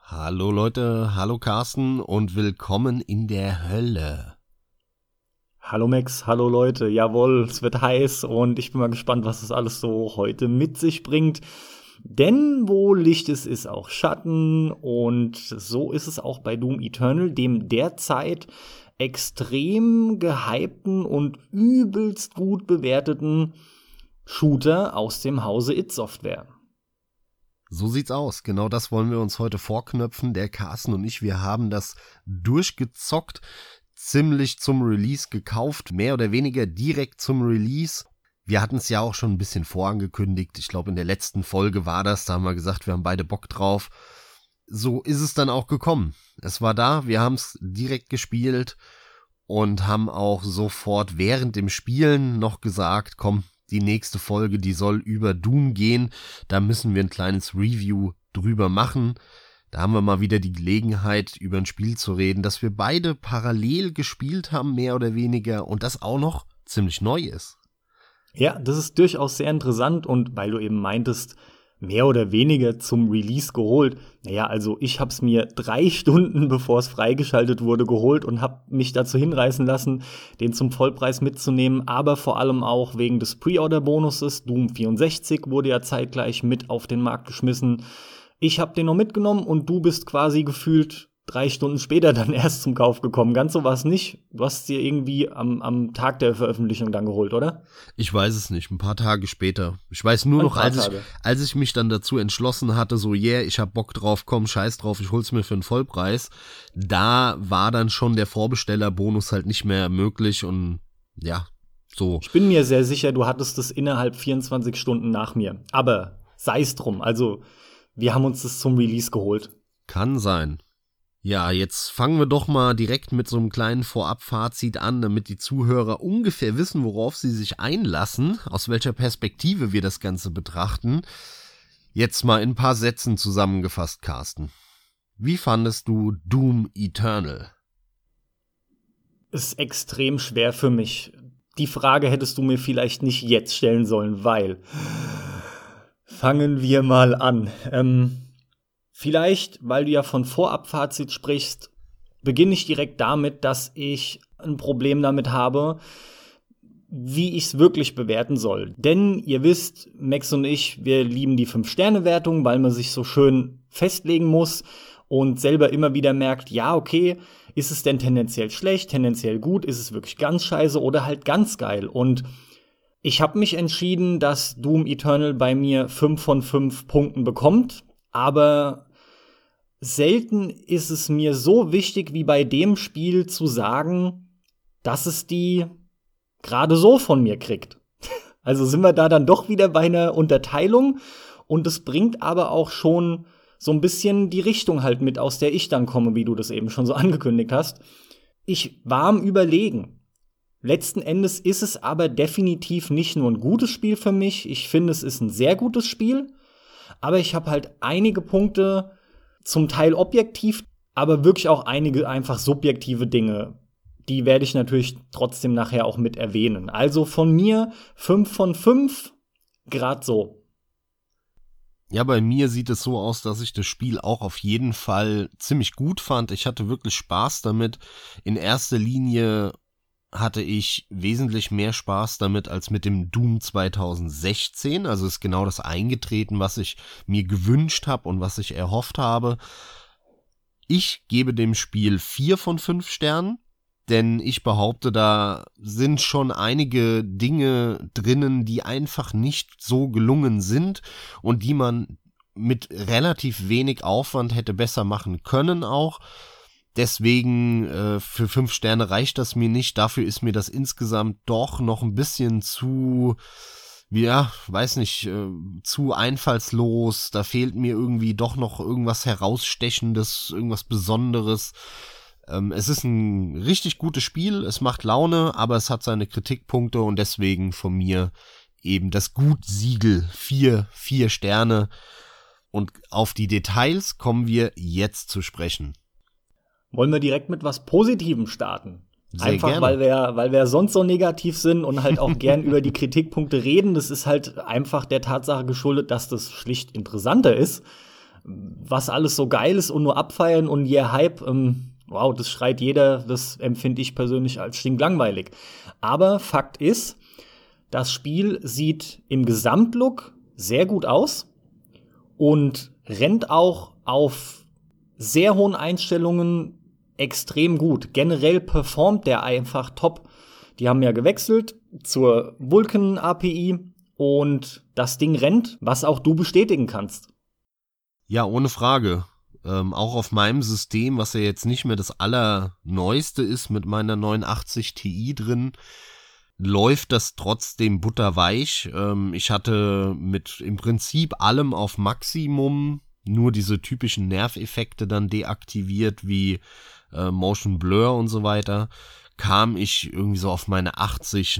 Hallo Leute, hallo Carsten und willkommen in der Hölle. Hallo Max, hallo Leute, jawohl, es wird heiß und ich bin mal gespannt, was das alles so heute mit sich bringt. Denn wo Licht ist, ist auch Schatten und so ist es auch bei Doom Eternal, dem derzeit extrem gehypten und übelst gut bewerteten Shooter aus dem Hause id Software. So sieht's aus, genau das wollen wir uns heute vorknöpfen, der Carsten und ich, wir haben das durchgezockt, ziemlich zum Release gekauft, mehr oder weniger direkt zum Release. Wir hatten es ja auch schon ein bisschen vorangekündigt, ich glaube in der letzten Folge war das, da haben wir gesagt, wir haben beide Bock drauf. So ist es dann auch gekommen. Es war da, wir haben es direkt gespielt und haben auch sofort während dem Spielen noch gesagt, komm, die nächste Folge, die soll über Doom gehen, da müssen wir ein kleines Review drüber machen. Da haben wir mal wieder die Gelegenheit, über ein Spiel zu reden, das wir beide parallel gespielt haben, mehr oder weniger, und das auch noch ziemlich neu ist. Ja, das ist durchaus sehr interessant und weil du eben meintest, mehr oder weniger zum Release geholt. Naja, also ich hab's mir 3 Stunden, bevor es freigeschaltet wurde, geholt und hab mich dazu hinreißen lassen, den zum Vollpreis mitzunehmen, aber vor allem auch wegen des Pre-Order-Bonuses. Doom 64 wurde ja zeitgleich mit auf den Markt geschmissen. Ich hab den noch mitgenommen und du bist quasi gefühlt 3 Stunden später dann erst zum Kauf gekommen. Ganz so war es nicht. Du hast es dir irgendwie am Tag der Veröffentlichung dann geholt, oder? Ich weiß es nicht, ein paar Tage später. Ich weiß nur noch, als ich mich dann dazu entschlossen hatte, so ich hab Bock drauf, komm, scheiß drauf, ich hol's mir für einen Vollpreis. Da war dann schon der Vorbestellerbonus halt nicht mehr möglich und ja, so. Ich bin mir sehr sicher, du hattest es innerhalb 24 Stunden nach mir. Aber sei's drum, also wir haben uns das zum Release geholt. Kann sein. Ja, jetzt fangen wir doch mal direkt mit so einem kleinen Vorab-Fazit an, damit die Zuhörer ungefähr wissen, worauf sie sich einlassen, aus welcher Perspektive wir das Ganze betrachten. Jetzt mal in ein paar Sätzen zusammengefasst, Carsten. Wie fandest du Doom Eternal? Ist extrem schwer für mich. Die Frage hättest du mir vielleicht nicht jetzt stellen sollen, weil fangen wir mal an. Vielleicht, weil du ja von Vorabfazit sprichst, beginne ich direkt damit, dass ich ein Problem damit habe, wie ich es wirklich bewerten soll. Denn ihr wisst, Max und ich, wir lieben die 5-Sterne-Wertung, weil man sich so schön festlegen muss und selber immer wieder merkt, ja, okay, ist es denn tendenziell schlecht, tendenziell gut, ist es wirklich ganz scheiße oder halt ganz geil? Und ich habe mich entschieden, dass Doom Eternal bei mir 5 von 5 Punkten bekommt, aber selten ist es mir so wichtig wie bei dem Spiel zu sagen, dass es die gerade so von mir kriegt. Also sind wir da dann doch wieder bei einer Unterteilung und es bringt aber auch schon so ein bisschen die Richtung halt mit, aus der ich dann komme, wie du das eben schon so angekündigt hast. Ich war am Überlegen. Letzten Endes ist es aber definitiv nicht nur ein gutes Spiel für mich. Ich finde, es ist ein sehr gutes Spiel. Aber ich habe halt einige Punkte, zum Teil objektiv, aber wirklich auch einige einfach subjektive Dinge. Die werde ich natürlich trotzdem nachher auch mit erwähnen. Also von mir 5 von 5, grad so. Ja, bei mir sieht es so aus, dass ich das Spiel auch auf jeden Fall ziemlich gut fand. Ich hatte wirklich Spaß damit. In erster Linie hatte ich wesentlich mehr Spaß damit als mit dem Doom 2016. Also ist genau das eingetreten, was ich mir gewünscht habe und was ich erhofft habe. Ich gebe dem Spiel 4 von 5 Sternen, denn ich behaupte, da sind schon einige Dinge drinnen, die einfach nicht so gelungen sind und die man mit relativ wenig Aufwand hätte besser machen können auch. Deswegen für 5 Sterne reicht das mir nicht. Dafür ist mir das insgesamt doch noch ein bisschen zu, zu einfallslos. Da fehlt mir irgendwie doch noch irgendwas Herausstechendes, irgendwas Besonderes. Es ist ein richtig gutes Spiel, es macht Laune, aber es hat seine Kritikpunkte und deswegen von mir eben das Gutsiegel 4 Sterne. Und auf die Details kommen wir jetzt zu sprechen. Wollen wir direkt mit was Positivem starten? Sehr einfach, gerne. weil wir sonst so negativ sind und halt auch gern über die Kritikpunkte reden. Das ist halt einfach der Tatsache geschuldet, dass das schlicht interessanter ist. was alles so geil ist und nur abfeiern und yeah, Hype, wow, das schreit jeder, das empfinde ich persönlich als stinklangweilig. Aber Fakt ist, das Spiel sieht im Gesamtlook sehr gut aus und rennt auch auf sehr hohen Einstellungen extrem gut. Generell performt der einfach top. Die haben ja gewechselt zur Vulkan API und das Ding rennt, was auch du bestätigen kannst. Ja, ohne Frage. Auch auf meinem System, was ja jetzt nicht mehr das allerneueste ist, mit meiner 89 Ti drin, läuft das trotzdem butterweich. Ich hatte mit im Prinzip allem auf Maximum, nur diese typischen Nerveffekte dann deaktiviert, wie Motion Blur und so weiter, kam ich irgendwie so auf meine 80,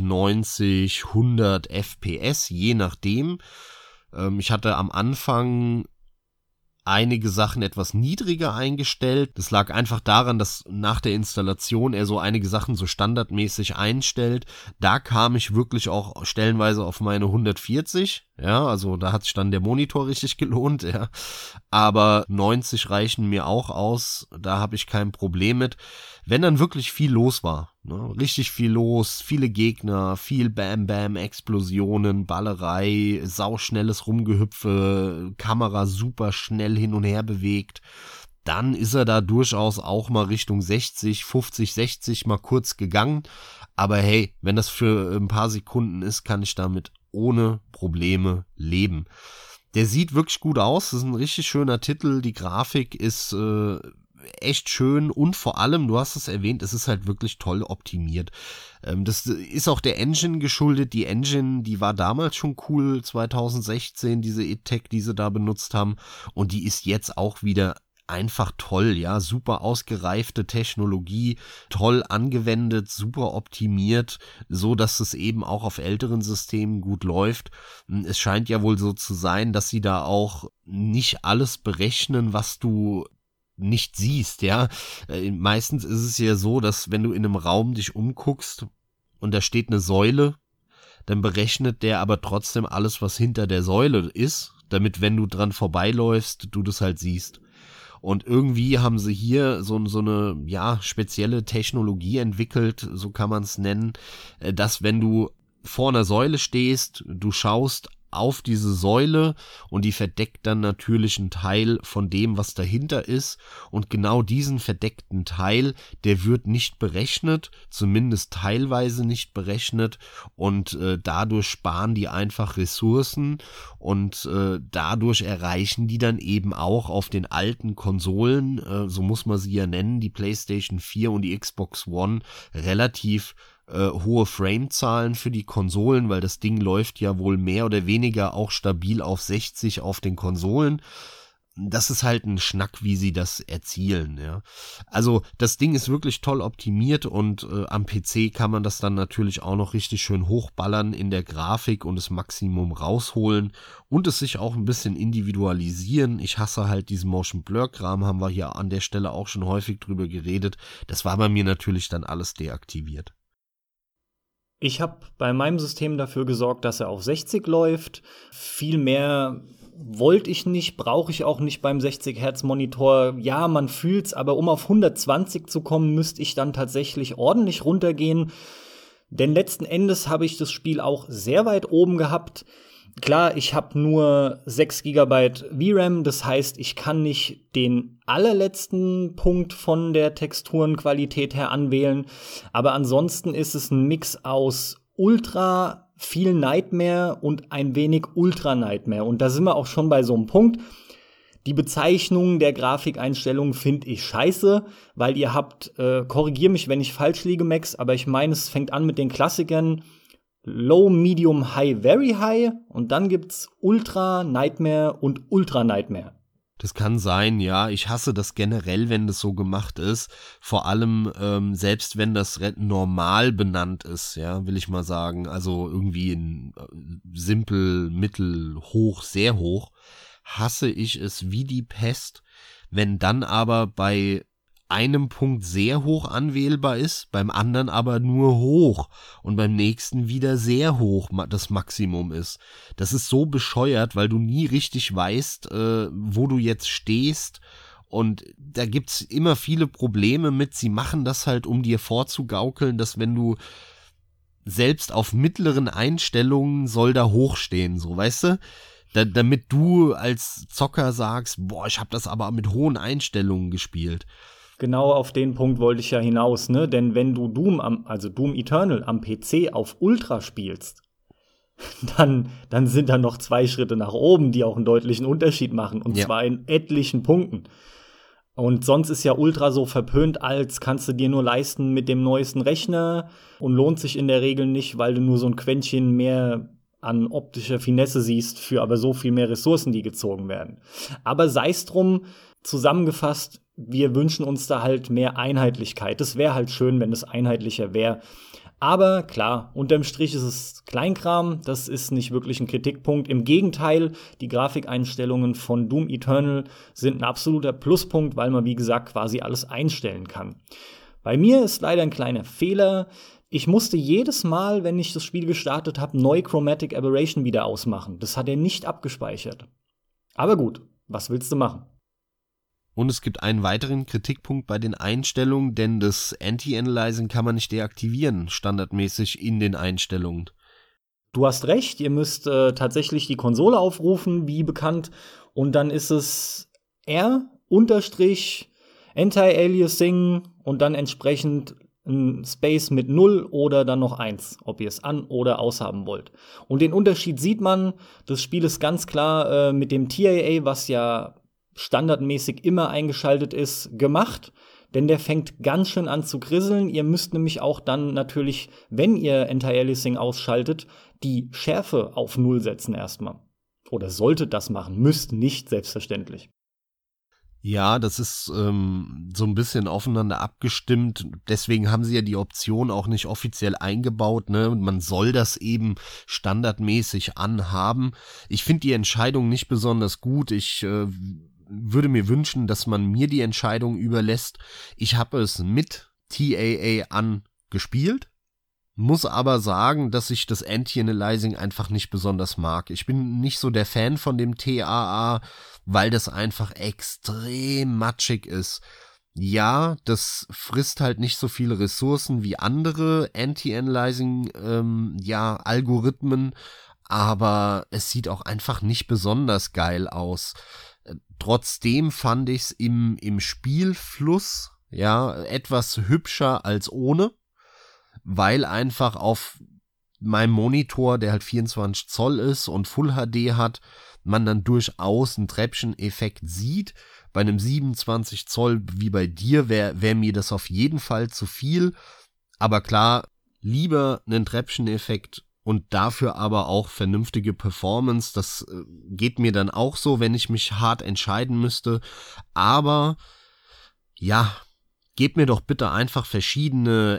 90, 100 FPS, je nachdem. Ich hatte am Anfang einige Sachen etwas niedriger eingestellt. Das lag einfach daran, dass nach der Installation er so einige Sachen so standardmäßig einstellt. Da kam ich wirklich auch stellenweise auf meine 140. Ja, also da hat sich dann der Monitor richtig gelohnt, ja. Aber 90 reichen mir auch aus. Da habe ich kein Problem mit. Wenn dann wirklich viel los war, ne? Richtig viel los, viele Gegner, viel Bam-Bam, Explosionen, Ballerei, sauschnelles Rumgehüpfe, Kamera super schnell hin und her bewegt, dann ist er da durchaus auch mal Richtung 60, 50, 60 mal kurz gegangen. Aber hey, wenn das für ein paar Sekunden ist, kann ich damit ohne Probleme leben. Der sieht wirklich gut aus, das ist ein richtig schöner Titel, die Grafik ist echt schön und vor allem, du hast es erwähnt, es ist halt wirklich toll optimiert. Das ist auch der Engine geschuldet. Die Engine, die war damals schon cool, 2016, diese E-Tech, die sie da benutzt haben, und die ist jetzt auch wieder einfach toll, ja, super ausgereifte Technologie, toll angewendet, super optimiert, so dass es eben auch auf älteren Systemen gut läuft. Es scheint ja wohl so zu sein, dass sie da auch nicht alles berechnen, was du nicht siehst, ja. Meistens ist es ja so, dass wenn du in einem Raum dich umguckst und da steht eine Säule, dann berechnet der aber trotzdem alles, was hinter der Säule ist, damit, wenn du dran vorbeiläufst, du das halt siehst. Und irgendwie haben sie hier so eine, ja, spezielle Technologie entwickelt, so kann man es nennen, dass wenn du vor einer Säule stehst, du schaust auf diese Säule und die verdeckt dann natürlich einen Teil von dem, was dahinter ist, und genau diesen verdeckten Teil, der wird nicht berechnet, zumindest teilweise nicht berechnet, und dadurch sparen die einfach Ressourcen und dadurch erreichen die dann eben auch auf den alten Konsolen, so muss man sie ja nennen, die PlayStation 4 und die Xbox One, relativ hohe Frame-Zahlen für die Konsolen, weil das Ding läuft ja wohl mehr oder weniger auch stabil auf 60 auf den Konsolen. Das ist halt ein Schnack, wie sie das erzielen, ja. Also das Ding ist wirklich toll optimiert und am PC kann man das dann natürlich auch noch richtig schön hochballern in der Grafik und das Maximum rausholen und es sich auch ein bisschen individualisieren. Ich hasse halt diesen Motion Blur Kram, haben wir hier an der Stelle auch schon häufig drüber geredet. Das war bei mir natürlich dann alles deaktiviert. Ich habe bei meinem System dafür gesorgt, dass er auf 60 läuft. Viel mehr wollte ich nicht, brauche ich auch nicht beim 60 Hertz Monitor. Ja, man fühlt's, aber um auf 120 zu kommen, müsste ich dann tatsächlich ordentlich runtergehen. Denn letzten Endes habe ich das Spiel auch sehr weit oben gehabt. Klar, ich habe nur 6 GB VRAM, das heißt, ich kann nicht den allerletzten Punkt von der Texturenqualität her anwählen, aber ansonsten ist es ein Mix aus Ultra, viel Nightmare und ein wenig Ultra Nightmare. Und da sind wir auch schon bei so einem Punkt. Die Bezeichnung der Grafikeinstellungen finde ich scheiße, weil ihr habt, korrigier mich, wenn ich falsch liege, Max, aber ich meine, es fängt an mit den Klassikern Low, Medium, High, Very High und dann gibt's Ultra, Nightmare und Ultra Nightmare. Das kann sein, ja. Ich hasse das generell, wenn das so gemacht ist. Vor allem, selbst wenn das normal benannt ist, ja, will ich mal sagen. Also irgendwie in simpel, mittel, hoch, sehr hoch. Hasse ich es wie die Pest. Wenn dann aber bei einem Punkt sehr hoch anwählbar ist, beim anderen aber nur hoch und beim nächsten wieder sehr hoch das Maximum ist. Das ist so bescheuert, weil du nie richtig weißt, wo du jetzt stehst, und da gibt's immer viele Probleme mit. Sie machen das halt, um dir vorzugaukeln, dass wenn du selbst auf mittleren Einstellungen soll da hochstehen, so, weißt du? Damit du als Zocker sagst, boah, ich habe das aber mit hohen Einstellungen gespielt. Genau auf den Punkt wollte ich ja hinaus, ne? Denn wenn du Doom Eternal am PC auf Ultra spielst, dann sind da noch 2 Schritte nach oben, die auch einen deutlichen Unterschied machen. Und zwar in etlichen Punkten. Und sonst ist ja Ultra so verpönt, als kannst du dir nur leisten mit dem neuesten Rechner und lohnt sich in der Regel nicht, weil du nur so ein Quäntchen mehr an optischer Finesse siehst, für aber so viel mehr Ressourcen, die gezogen werden. Aber sei es drum, zusammengefasst, wir wünschen uns da halt mehr Einheitlichkeit. Es wäre halt schön, wenn es einheitlicher wäre. Aber klar, unterm Strich ist es Kleinkram, das ist nicht wirklich ein Kritikpunkt. Im Gegenteil, die Grafikeinstellungen von Doom Eternal sind ein absoluter Pluspunkt, weil man, wie gesagt, quasi alles einstellen kann. Bei mir ist leider ein kleiner Fehler. Ich musste jedes Mal, wenn ich das Spiel gestartet habe, neu Chromatic Aberration wieder ausmachen. Das hat er nicht abgespeichert. Aber gut, was willst du machen? Und es gibt einen weiteren Kritikpunkt bei den Einstellungen, denn das Anti-Analyzing kann man nicht deaktivieren, standardmäßig in den Einstellungen. Du hast recht, ihr müsst tatsächlich die Konsole aufrufen, wie bekannt, und dann ist es R-Anti-Aliasing und dann entsprechend ein Space mit 0 oder dann noch 1, ob ihr es an- oder aushaben wollt. Und den Unterschied sieht man, das Spiel ist ganz klar mit dem TAA, was ja standardmäßig immer eingeschaltet ist, gemacht, denn der fängt ganz schön an zu krisseln. Ihr müsst nämlich auch dann natürlich, wenn ihr Anti-Aliasing ausschaltet, die Schärfe auf 0 setzen erstmal. Oder solltet das machen, müsst nicht, selbstverständlich. Ja, das ist so ein bisschen aufeinander abgestimmt. Deswegen haben sie ja die Option auch nicht offiziell eingebaut, ne? Man soll das eben standardmäßig anhaben. Ich finde die Entscheidung nicht besonders gut. Ich würde mir wünschen, dass man mir die Entscheidung überlässt. Ich habe es mit TAA angespielt, muss aber sagen, dass ich das Anti-Analyzing einfach nicht besonders mag. Ich bin nicht so der Fan von dem TAA, weil das einfach extrem matschig ist. Ja, das frisst halt nicht so viele Ressourcen wie andere Anti-Analyzing Algorithmen, aber es sieht auch einfach nicht besonders geil aus. Trotzdem fand ich es im Spielfluss etwas hübscher als ohne, weil einfach auf meinem Monitor, der halt 24 Zoll ist und Full HD hat, man dann durchaus einen Treppchen-Effekt sieht. Bei einem 27 Zoll wie bei dir wär mir das auf jeden Fall zu viel. Aber klar, lieber einen Treppchen-Effekt und dafür aber auch vernünftige Performance. Das geht mir dann auch so, wenn ich mich hart entscheiden müsste. Aber ja, gebt mir doch bitte einfach verschiedene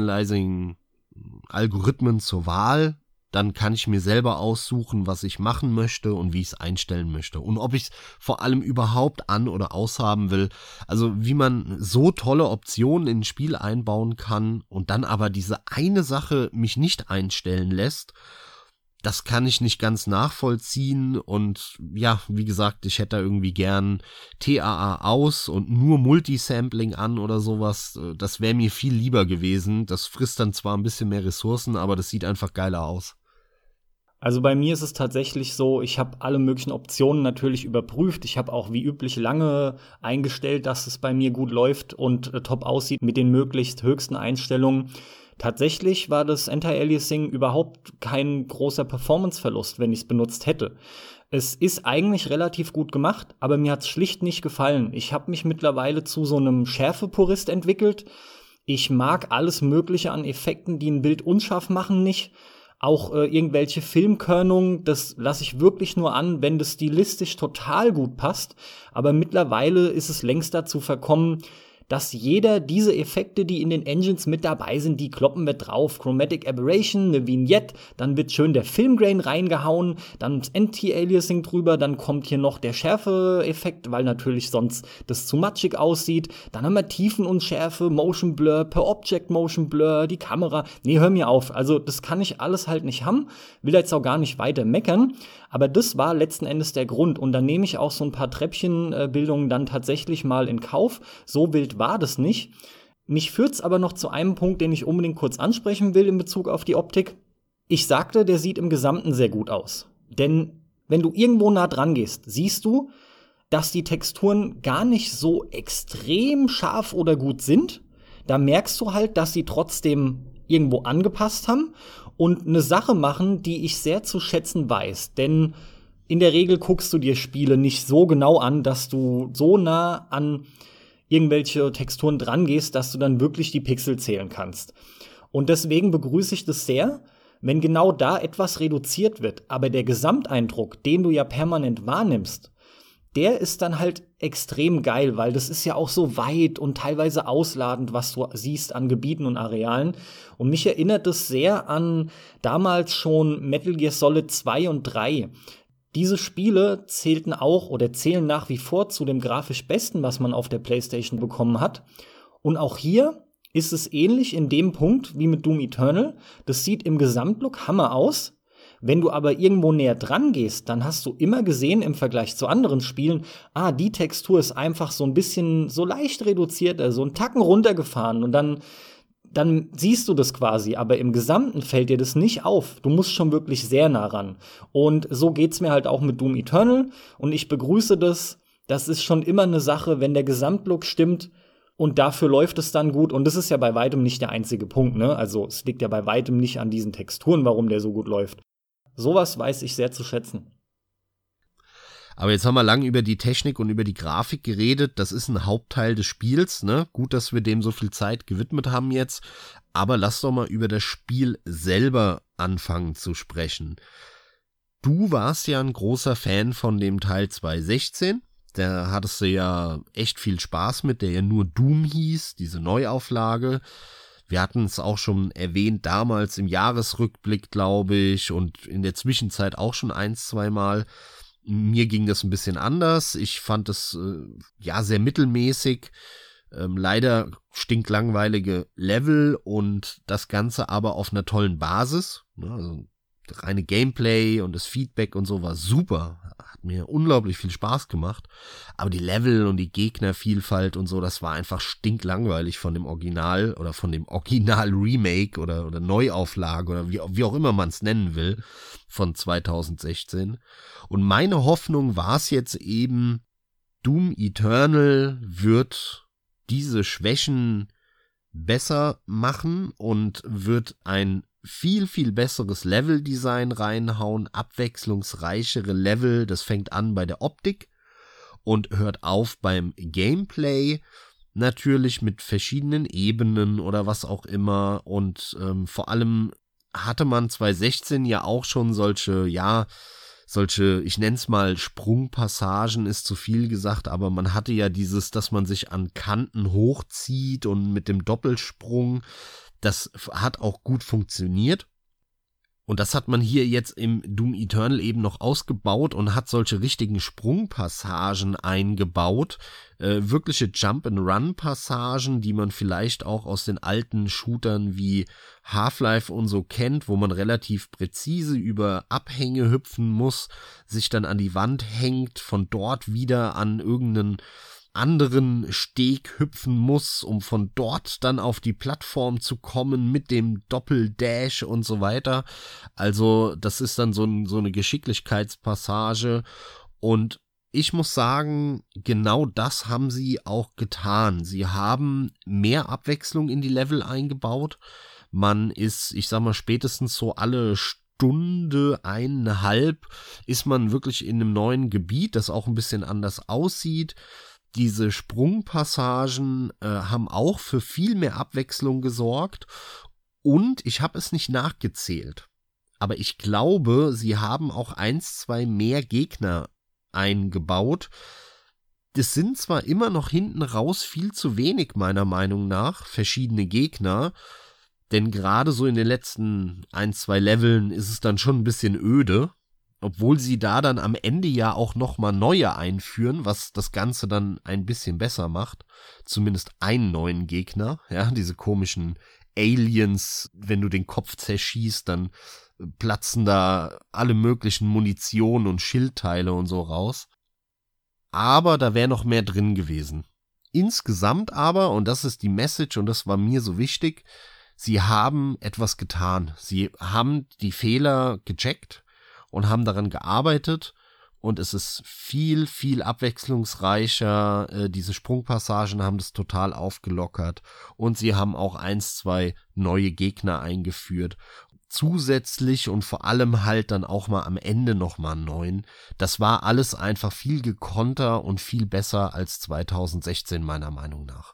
Anti-Analyzing-Algorithmen zur Wahl. Dann kann ich mir selber aussuchen, was ich machen möchte und wie ich es einstellen möchte. Und ob ich es vor allem überhaupt an- oder aushaben will. Also wie man so tolle Optionen in ein Spiel einbauen kann und dann aber diese eine Sache mich nicht einstellen lässt, das kann ich nicht ganz nachvollziehen. Und ja, wie gesagt, ich hätte da irgendwie gern TAA aus und nur Multisampling an oder sowas. Das wäre mir viel lieber gewesen. Das frisst dann zwar ein bisschen mehr Ressourcen, aber das sieht einfach geiler aus. Also bei mir ist es tatsächlich so, ich habe alle möglichen Optionen natürlich überprüft. Ich habe auch wie üblich lange eingestellt, dass es bei mir gut läuft und top aussieht mit den möglichst höchsten Einstellungen. Tatsächlich war das Anti-Aliasing überhaupt kein großer Performance-Verlust, wenn ich es benutzt hätte. Es ist eigentlich relativ gut gemacht, aber mir hat es schlicht nicht gefallen. Ich habe mich mittlerweile zu so einem Schärfe-Purist entwickelt. Ich mag alles Mögliche an Effekten, die ein Bild unscharf machen, nicht. Auch irgendwelche Filmkörnungen, das lasse ich wirklich nur an, wenn das stilistisch total gut passt. Aber mittlerweile ist es längst dazu verkommen, dass jeder diese Effekte, die in den Engines mit dabei sind, die kloppen wir drauf. Chromatic Aberration, eine Vignette, dann wird schön der Filmgrain reingehauen, dann das Anti-Aliasing drüber, dann kommt hier noch der Schärfe-Effekt, weil natürlich sonst das zu matschig aussieht. Dann haben wir Tiefenunschärfe, Motion Blur, per Object Motion Blur, die Kamera. Nee, hör mir auf. Also das kann ich alles halt nicht haben. Will jetzt auch gar nicht weiter meckern. Aber das war letzten Endes der Grund. Und dann nehme ich auch so ein paar Treppchenbildungen dann tatsächlich mal in Kauf. So wild war das nicht. Mich führt's aber noch zu einem Punkt, den ich unbedingt kurz ansprechen will in Bezug auf die Optik. Ich sagte, der sieht im Gesamten sehr gut aus. Denn wenn du irgendwo nah dran gehst, siehst du, dass die Texturen gar nicht so extrem scharf oder gut sind. Da merkst du halt, dass sie trotzdem irgendwo angepasst haben und eine Sache machen, die ich sehr zu schätzen weiß. Denn in der Regel guckst du dir Spiele nicht so genau an, dass du so nah an irgendwelche Texturen dran gehst, dass du dann wirklich die Pixel zählen kannst. Und deswegen begrüße ich das sehr, wenn genau da etwas reduziert wird. Aber der Gesamteindruck, den du ja permanent wahrnimmst, der ist dann halt extrem geil, weil das ist ja auch so weit und teilweise ausladend, was du siehst an Gebieten und Arealen. Und mich erinnert es sehr an damals schon Metal Gear Solid 2 und 3. Diese Spiele zählten auch oder zählen nach wie vor zu dem grafisch Besten, was man auf der PlayStation bekommen hat. Und auch hier ist es ähnlich in dem Punkt wie mit Doom Eternal. Das sieht im Gesamtlook Hammer aus. Wenn du aber irgendwo näher dran gehst, dann hast du immer gesehen im Vergleich zu anderen Spielen, die Textur ist einfach so ein bisschen so leicht reduziert, also einen Tacken runtergefahren und dann siehst du das quasi, aber im Gesamten fällt dir das nicht auf. Du musst schon wirklich sehr nah ran. Und so geht's mir halt auch mit Doom Eternal und ich begrüße das. Das ist schon immer eine Sache, wenn der Gesamtlook stimmt. Und dafür läuft es dann gut. Und das ist ja bei weitem nicht der einzige Punkt, ne? Also es liegt ja bei weitem nicht an diesen Texturen, warum der so gut läuft. Sowas weiß ich sehr zu schätzen. Aber jetzt haben wir lange über die Technik und über die Grafik geredet. Das ist ein Hauptteil des Spiels, ne? Gut, dass wir dem so viel Zeit gewidmet haben jetzt. Aber lass doch mal über das Spiel selber anfangen zu sprechen. Du warst ja ein großer Fan von dem Teil 2016. Da hattest du ja echt viel Spaß mit, der ja nur Doom hieß, diese Neuauflage. Wir hatten es auch schon erwähnt, damals im Jahresrückblick, glaube ich, und in der Zwischenzeit auch schon 1-2 Mal. Mir ging das ein bisschen anders. Ich fand es sehr mittelmäßig. Leider stinklangweilige Level und das Ganze aber auf einer tollen Basis. Ne? Also reine Gameplay und das Feedback und so war super. Hat mir unglaublich viel Spaß gemacht. Aber die Level und die Gegnervielfalt und so, das war einfach stinklangweilig von dem Original oder von dem Original-Remake oder Neuauflage oder wie auch immer man es nennen will von 2016. Und meine Hoffnung war es jetzt eben, Doom Eternal wird diese Schwächen besser machen und wird ein viel, viel besseres Leveldesign reinhauen, abwechslungsreichere Level, das fängt an bei der Optik und hört auf beim Gameplay, natürlich mit verschiedenen Ebenen oder was auch immer und vor allem hatte man 2016 ja auch schon solche, ich nenne es mal Sprungpassagen, ist zu viel gesagt, aber man hatte ja dieses, dass man sich an Kanten hochzieht und mit dem Doppelsprung, das hat auch gut funktioniert. Und das hat man hier jetzt im Doom Eternal eben noch ausgebaut und hat solche richtigen Sprungpassagen eingebaut. Wirkliche Jump-and-Run-Passagen, die man vielleicht auch aus den alten Shootern wie Half-Life und so kennt, wo man relativ präzise über Abhänge hüpfen muss, sich dann an die Wand hängt, von dort wieder an irgendeinen anderen Steg hüpfen muss, um von dort dann auf die Plattform zu kommen mit dem Doppeldash und so weiter. Also das ist dann so eine Geschicklichkeitspassage und ich muss sagen, genau das haben sie auch getan. Sie haben mehr Abwechslung in die Level eingebaut. Man ist, ich sag mal, spätestens so alle Stunde, 1,5 ist man wirklich in einem neuen Gebiet, das auch ein bisschen anders aussieht. Diese Sprungpassagen haben auch für viel mehr Abwechslung gesorgt und ich habe es nicht nachgezählt, aber ich glaube, sie haben auch 1-2 mehr Gegner eingebaut. Das sind zwar immer noch hinten raus viel zu wenig, meiner Meinung nach, verschiedene Gegner, denn gerade so in den letzten 1, 2 Leveln ist es dann schon ein bisschen öde, obwohl sie da dann am Ende ja auch nochmal neue einführen, was das Ganze dann ein bisschen besser macht. Zumindest einen neuen Gegner, ja, diese komischen Aliens, wenn du den Kopf zerschießt, dann platzen da alle möglichen Munition und Schildteile und so raus. Aber da wäre noch mehr drin gewesen. Insgesamt aber, und das ist die Message und das war mir so wichtig, sie haben etwas getan. Sie haben die Fehler gecheckt und haben daran gearbeitet und es ist viel, viel abwechslungsreicher. Diese Sprungpassagen haben das total aufgelockert und sie haben auch 1, 2 neue Gegner eingeführt. Zusätzlich und vor allem halt dann auch mal am Ende nochmal einen neuen. Das war alles einfach viel gekonter und viel besser als 2016 meiner Meinung nach.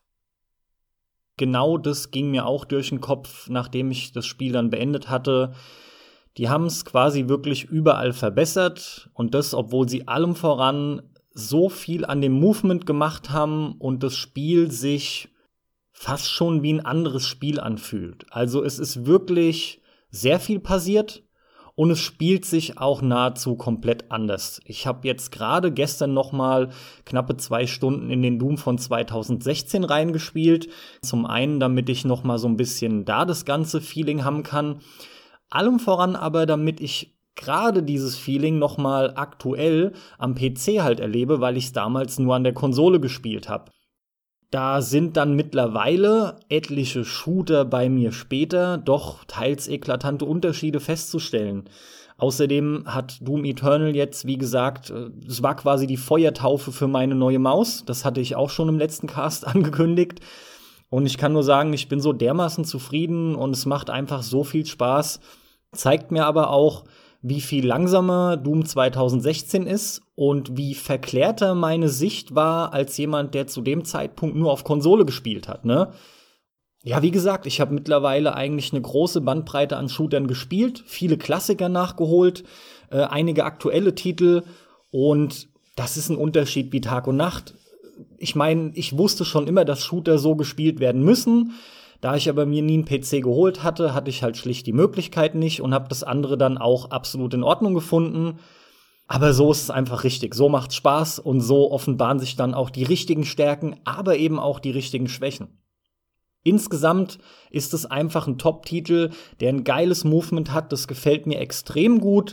Genau das ging mir auch durch den Kopf, nachdem ich das Spiel dann beendet hatte. Die haben es quasi wirklich überall verbessert und das, obwohl sie allem voran so viel an dem Movement gemacht haben und das Spiel sich fast schon wie ein anderes Spiel anfühlt. Also es ist wirklich sehr viel passiert und es spielt sich auch nahezu komplett anders. Ich habe jetzt gerade gestern noch mal knappe 2 Stunden in den Doom von 2016 reingespielt. Zum einen, damit ich noch mal so ein bisschen da das ganze Feeling haben kann. Allem voran aber, damit ich gerade dieses Feeling noch mal aktuell am PC halt erlebe, weil ich es damals nur an der Konsole gespielt habe. Da sind dann mittlerweile etliche Shooter bei mir später doch teils eklatante Unterschiede festzustellen. Außerdem hat Doom Eternal jetzt, wie gesagt, es war quasi die Feuertaufe für meine neue Maus. Das hatte ich auch schon im letzten Cast angekündigt. Und ich kann nur sagen, ich bin so dermaßen zufrieden und es macht einfach so viel Spaß. Zeigt mir aber auch, wie viel langsamer Doom 2016 ist und wie verklärter meine Sicht war als jemand, der zu dem Zeitpunkt nur auf Konsole gespielt hat, ne? Ja, wie gesagt, ich habe mittlerweile eigentlich eine große Bandbreite an Shootern gespielt, viele Klassiker nachgeholt, einige aktuelle Titel und das ist ein Unterschied wie Tag und Nacht. Ich meine, ich wusste schon immer, dass Shooter so gespielt werden müssen. Da ich aber mir nie einen PC geholt hatte, hatte ich halt schlicht die Möglichkeit nicht und habe das andere dann auch absolut in Ordnung gefunden. Aber so ist es einfach richtig. So macht's Spaß und so offenbaren sich dann auch die richtigen Stärken, aber eben auch die richtigen Schwächen. Insgesamt ist es einfach ein Top-Titel, der ein geiles Movement hat. Das gefällt mir extrem gut.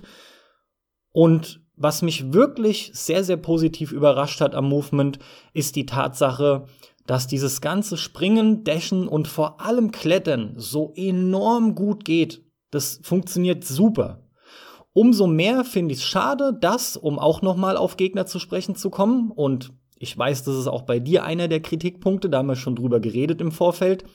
Und was mich wirklich sehr, sehr positiv überrascht hat am Movement, ist die Tatsache, dass dieses ganze Springen, Dashen und vor allem Klettern so enorm gut geht. Das funktioniert super. Umso mehr finde ich es schade, dass, um auch noch mal auf Gegner zu sprechen zu kommen, und ich weiß, das ist auch bei dir einer der Kritikpunkte, da haben wir schon drüber geredet im Vorfeld,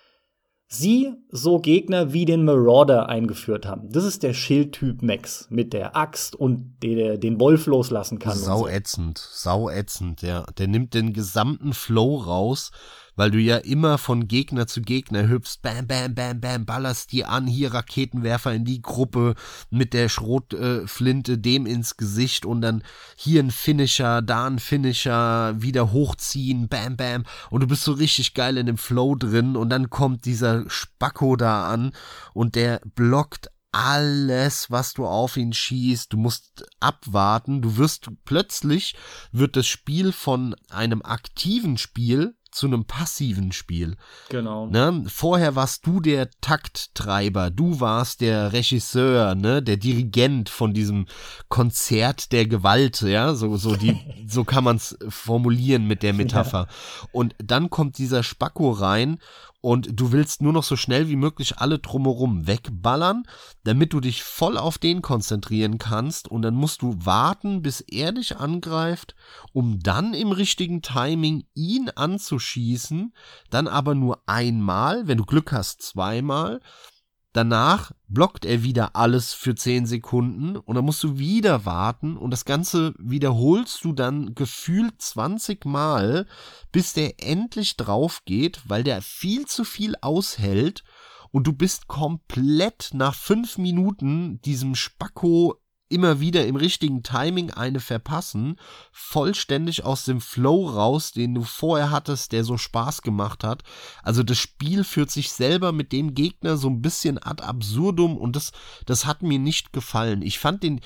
sie so Gegner wie den Marauder eingeführt haben. Das ist der Schildtyp Max mit der Axt und der den Wolf loslassen kann. Sauätzend, ja. Der nimmt den gesamten Flow raus, weil du ja immer von Gegner zu Gegner hüpfst, bam, bam, bam, bam, ballerst die an, hier Raketenwerfer in die Gruppe mit der Schrotflinte dem ins Gesicht und dann hier ein Finisher, da ein Finisher, wieder hochziehen, bam, bam, und du bist so richtig geil in dem Flow drin und dann kommt dieser Spacko da an und der blockt alles, was du auf ihn schießt. Du musst abwarten, plötzlich wird das Spiel von einem aktiven Spiel zu einem passiven Spiel. Genau. Ne? Vorher warst du der Takttreiber, du warst der Regisseur, ne? Der Dirigent von diesem Konzert der Gewalt, ja, so kann man es formulieren mit der Metapher. Ja. Und dann kommt dieser Spacko rein und du willst nur noch so schnell wie möglich alle drumherum wegballern, damit du dich voll auf den konzentrieren kannst und dann musst du warten, bis er dich angreift, um dann im richtigen Timing ihn anzuschießen, dann aber nur einmal, wenn du Glück hast, zweimal. Danach blockt er wieder alles für 10 Sekunden und dann musst du wieder warten und das Ganze wiederholst du dann gefühlt 20 Mal, bis der endlich drauf geht, weil der viel zu viel aushält und du bist komplett nach 5 Minuten diesem Spacko immer wieder im richtigen Timing eine verpassen, vollständig aus dem Flow raus, den du vorher hattest, der so Spaß gemacht hat. Also das Spiel führt sich selber mit dem Gegner so ein bisschen ad absurdum und das hat mir nicht gefallen. Ich fände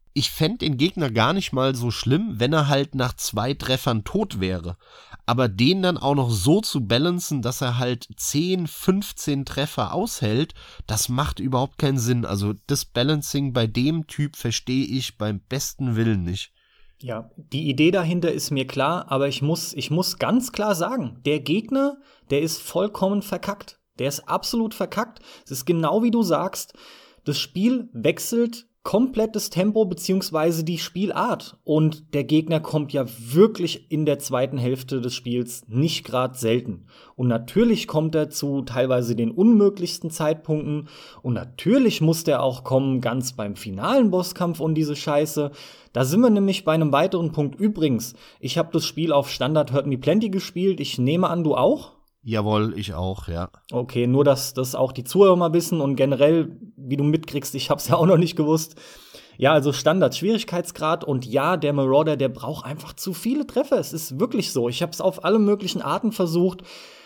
den Gegner gar nicht mal so schlimm, wenn er halt nach 2 Treffern tot wäre. Aber den dann auch noch so zu balancen, dass er halt 10, 15 Treffer aushält, das macht überhaupt keinen Sinn. Also das Balancing bei dem Typ verstehe ich beim besten Willen nicht. Ja, die Idee dahinter ist mir klar, aber ich muss ganz klar sagen, der Gegner, der ist vollkommen verkackt. Der ist absolut verkackt. Es ist genau wie du sagst, das Spiel wechselt komplett das Tempo beziehungsweise die Spielart. Und der Gegner kommt ja wirklich in der zweiten Hälfte des Spiels nicht gerade selten. Und natürlich kommt er zu teilweise den unmöglichsten Zeitpunkten. Und natürlich muss der auch kommen ganz beim finalen Bosskampf und diese Scheiße. Da sind wir nämlich bei einem weiteren Punkt. Übrigens, ich habe das Spiel auf Standard Hurt Me Plenty gespielt. Ich nehme an, du auch? Jawohl, ich auch, ja. Okay, nur dass das auch die Zuhörer mal wissen und generell, wie du mitkriegst, ich hab's ja auch noch nicht gewusst. Ja, also Standard-Schwierigkeitsgrad und ja, der Marauder, der braucht einfach zu viele Treffer. Es ist wirklich so. Ich hab's auf alle möglichen Arten versucht,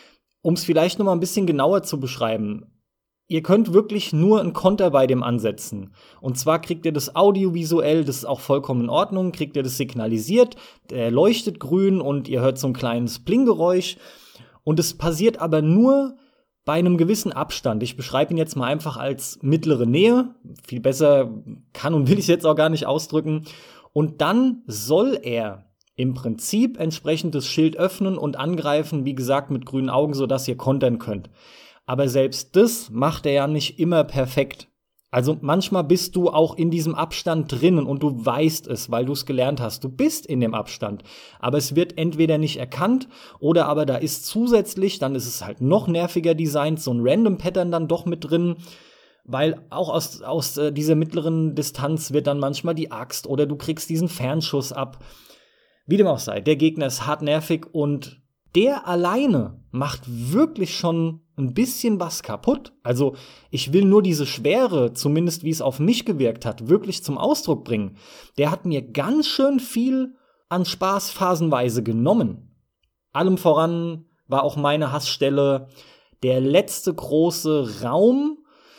um es vielleicht noch mal ein bisschen genauer zu beschreiben. Ihr könnt wirklich nur einen Konter bei dem ansetzen. Und zwar kriegt ihr das audiovisuell, das ist auch vollkommen in Ordnung, kriegt ihr das signalisiert, der leuchtet grün und ihr hört so ein kleines Bling-Geräusch. Und es passiert aber nur bei einem gewissen Abstand. Ich beschreibe ihn jetzt mal einfach als mittlere Nähe. Viel besser kann und will ich jetzt auch gar nicht ausdrücken. Und dann soll er im Prinzip entsprechend das Schild öffnen und angreifen, wie gesagt, mit grünen Augen, sodass ihr kontern könnt. Aber selbst das macht er ja nicht immer perfekt. Also manchmal bist du auch in diesem Abstand drinnen und du weißt es, weil du es gelernt hast. Du bist in dem Abstand. Aber es wird entweder nicht erkannt oder aber da ist zusätzlich, dann ist es halt noch nerviger designt, so ein Random Pattern dann doch mit drin. Weil auch aus dieser mittleren Distanz wird dann manchmal die Axt oder du kriegst diesen Fernschuss ab. Wie dem auch sei, der Gegner ist hart nervig und der alleine macht wirklich schon ein bisschen was kaputt. Also ich will nur diese Schwere, zumindest wie es auf mich gewirkt hat, wirklich zum Ausdruck bringen. Der hat mir ganz schön viel an Spaß phasenweise genommen. Allem voran war auch meine Hassstelle der letzte große Raum,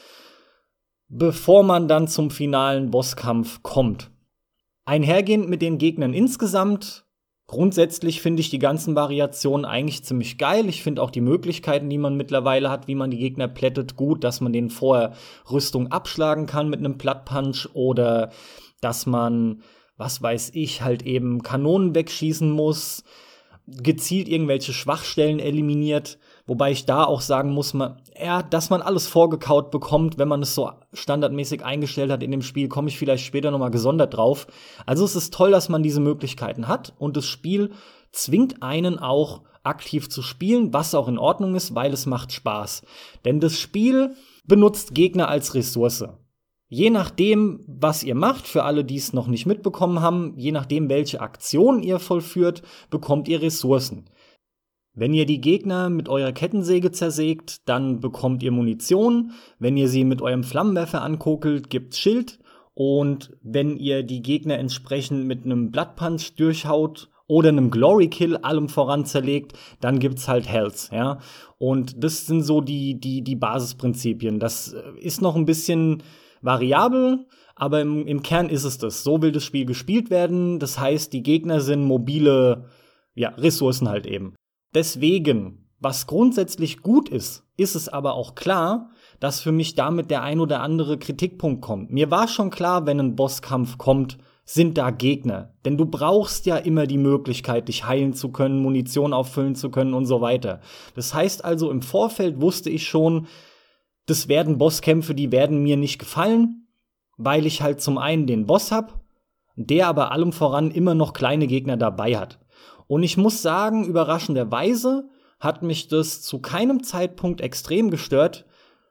bevor man dann zum finalen Bosskampf kommt. Einhergehend mit den Gegnern insgesamt. Grundsätzlich finde ich die ganzen Variationen eigentlich ziemlich geil. Ich finde auch die Möglichkeiten, die man mittlerweile hat, wie man die Gegner plättet, gut, dass man denen vorher Rüstung abschlagen kann mit einem Plattpunch oder dass man, was weiß ich, halt eben Kanonen wegschießen muss, gezielt irgendwelche Schwachstellen eliminiert, wobei ich da auch sagen muss, dass man alles vorgekaut bekommt, wenn man es so standardmäßig eingestellt hat in dem Spiel, komme ich vielleicht später noch mal gesondert drauf. Also es ist toll, dass man diese Möglichkeiten hat und das Spiel zwingt einen auch aktiv zu spielen, was auch in Ordnung ist, weil es macht Spaß. Denn das Spiel benutzt Gegner als Ressource. Je nachdem, was ihr macht, für alle, die es noch nicht mitbekommen haben, je nachdem, welche Aktion ihr vollführt, bekommt ihr Ressourcen. Wenn ihr die Gegner mit eurer Kettensäge zersägt, dann bekommt ihr Munition. Wenn ihr sie mit eurem Flammenwerfer ankokelt, gibt's Schild. Und wenn ihr die Gegner entsprechend mit einem Bloodpunch durchhaut oder einem Glory Kill allem voran zerlegt, dann gibt's halt Health, ja. Und das sind so die Basisprinzipien. Das ist noch ein bisschen variabel, aber im Kern ist es das. So will das Spiel gespielt werden. Das heißt, die Gegner sind mobile, Ressourcen halt eben. Deswegen, was grundsätzlich gut ist, ist es aber auch klar, dass für mich damit der ein oder andere Kritikpunkt kommt. Mir war schon klar, wenn ein Bosskampf kommt, sind da Gegner. Denn du brauchst ja immer die Möglichkeit, dich heilen zu können, Munition auffüllen zu können und so weiter. Das heißt also, im Vorfeld wusste ich schon, das werden Bosskämpfe, die werden mir nicht gefallen, weil ich halt zum einen den Boss hab, der aber allem voran immer noch kleine Gegner dabei hat. Und ich muss sagen, überraschenderweise hat mich das zu keinem Zeitpunkt extrem gestört,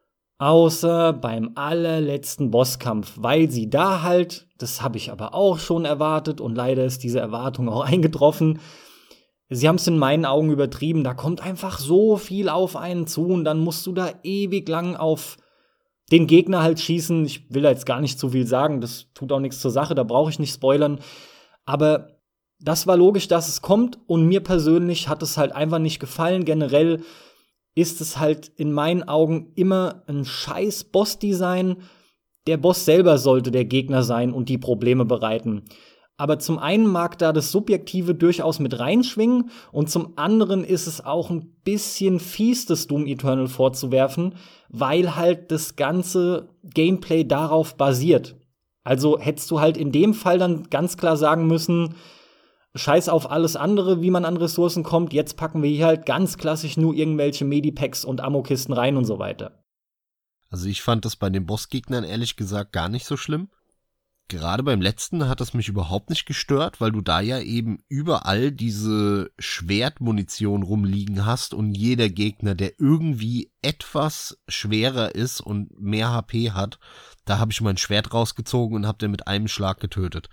außer beim allerletzten Bosskampf, weil sie da halt, das habe ich aber auch schon erwartet und leider ist diese Erwartung auch eingetroffen, sie haben es in meinen Augen übertrieben, da kommt einfach so viel auf einen zu und dann musst du da ewig lang auf den Gegner halt schießen. Ich will da jetzt gar nicht zu viel sagen, das tut auch nichts zur Sache, da brauche ich nicht spoilern. Aber das war logisch, dass es kommt, und mir persönlich hat es halt einfach nicht gefallen. Generell ist es halt in meinen Augen immer ein scheiß Bossdesign. Der Boss selber sollte der Gegner sein und die Probleme bereiten. Aber zum einen mag da das Subjektive durchaus mit reinschwingen, und zum anderen ist es auch ein bisschen fies, das Doom Eternal vorzuwerfen, weil halt das ganze Gameplay darauf basiert. Also hättest du halt in dem Fall dann ganz klar sagen müssen, scheiß auf alles andere, wie man an Ressourcen kommt, jetzt packen wir hier halt ganz klassisch nur irgendwelche Medipacks und Ammokisten rein und so weiter. Also ich fand das bei den Bossgegnern ehrlich gesagt gar nicht so schlimm. Gerade beim letzten hat es mich überhaupt nicht gestört, weil du da ja eben überall diese Schwertmunition rumliegen hast, und jeder Gegner, der irgendwie etwas schwerer ist und mehr HP hat, da habe ich mein Schwert rausgezogen und habe den mit einem Schlag getötet.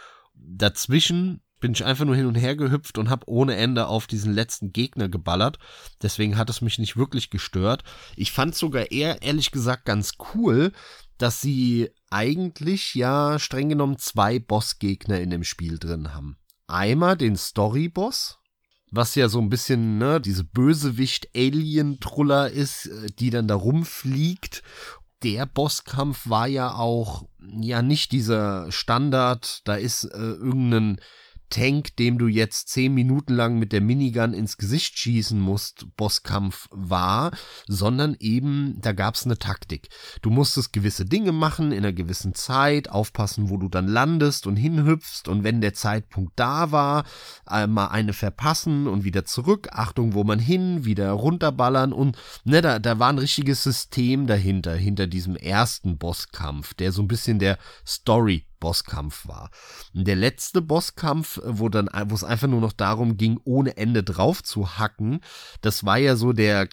Dazwischen bin ich einfach nur hin und her gehüpft und habe ohne Ende auf diesen letzten Gegner geballert. Deswegen hat es mich nicht wirklich gestört. Ich fand sogar eher, ehrlich gesagt, ganz cool, dass sie eigentlich ja streng genommen 2 Bossgegner in dem Spiel drin haben. Einmal den Story-Boss, was ja so ein bisschen, ne, diese Bösewicht-Alien-Truller ist, die dann da rumfliegt. Der Bosskampf war ja auch ja nicht dieser Standard, da ist irgendein Tank, dem du jetzt 10 Minuten lang mit der Minigun ins Gesicht schießen musst, Bosskampf war, sondern eben, da gab's eine Taktik. Du musstest gewisse Dinge machen in einer gewissen Zeit, aufpassen, wo du dann landest und hinhüpfst, und wenn der Zeitpunkt da war, mal eine verpassen und wieder zurück, Achtung, wo man hin, wieder runterballern, und ne, da war ein richtiges System dahinter, hinter diesem ersten Bosskampf, der so ein bisschen der Story-Bosskampf war. Der letzte Bosskampf, wo es einfach nur noch darum ging, ohne Ende drauf zu hacken, das war ja so der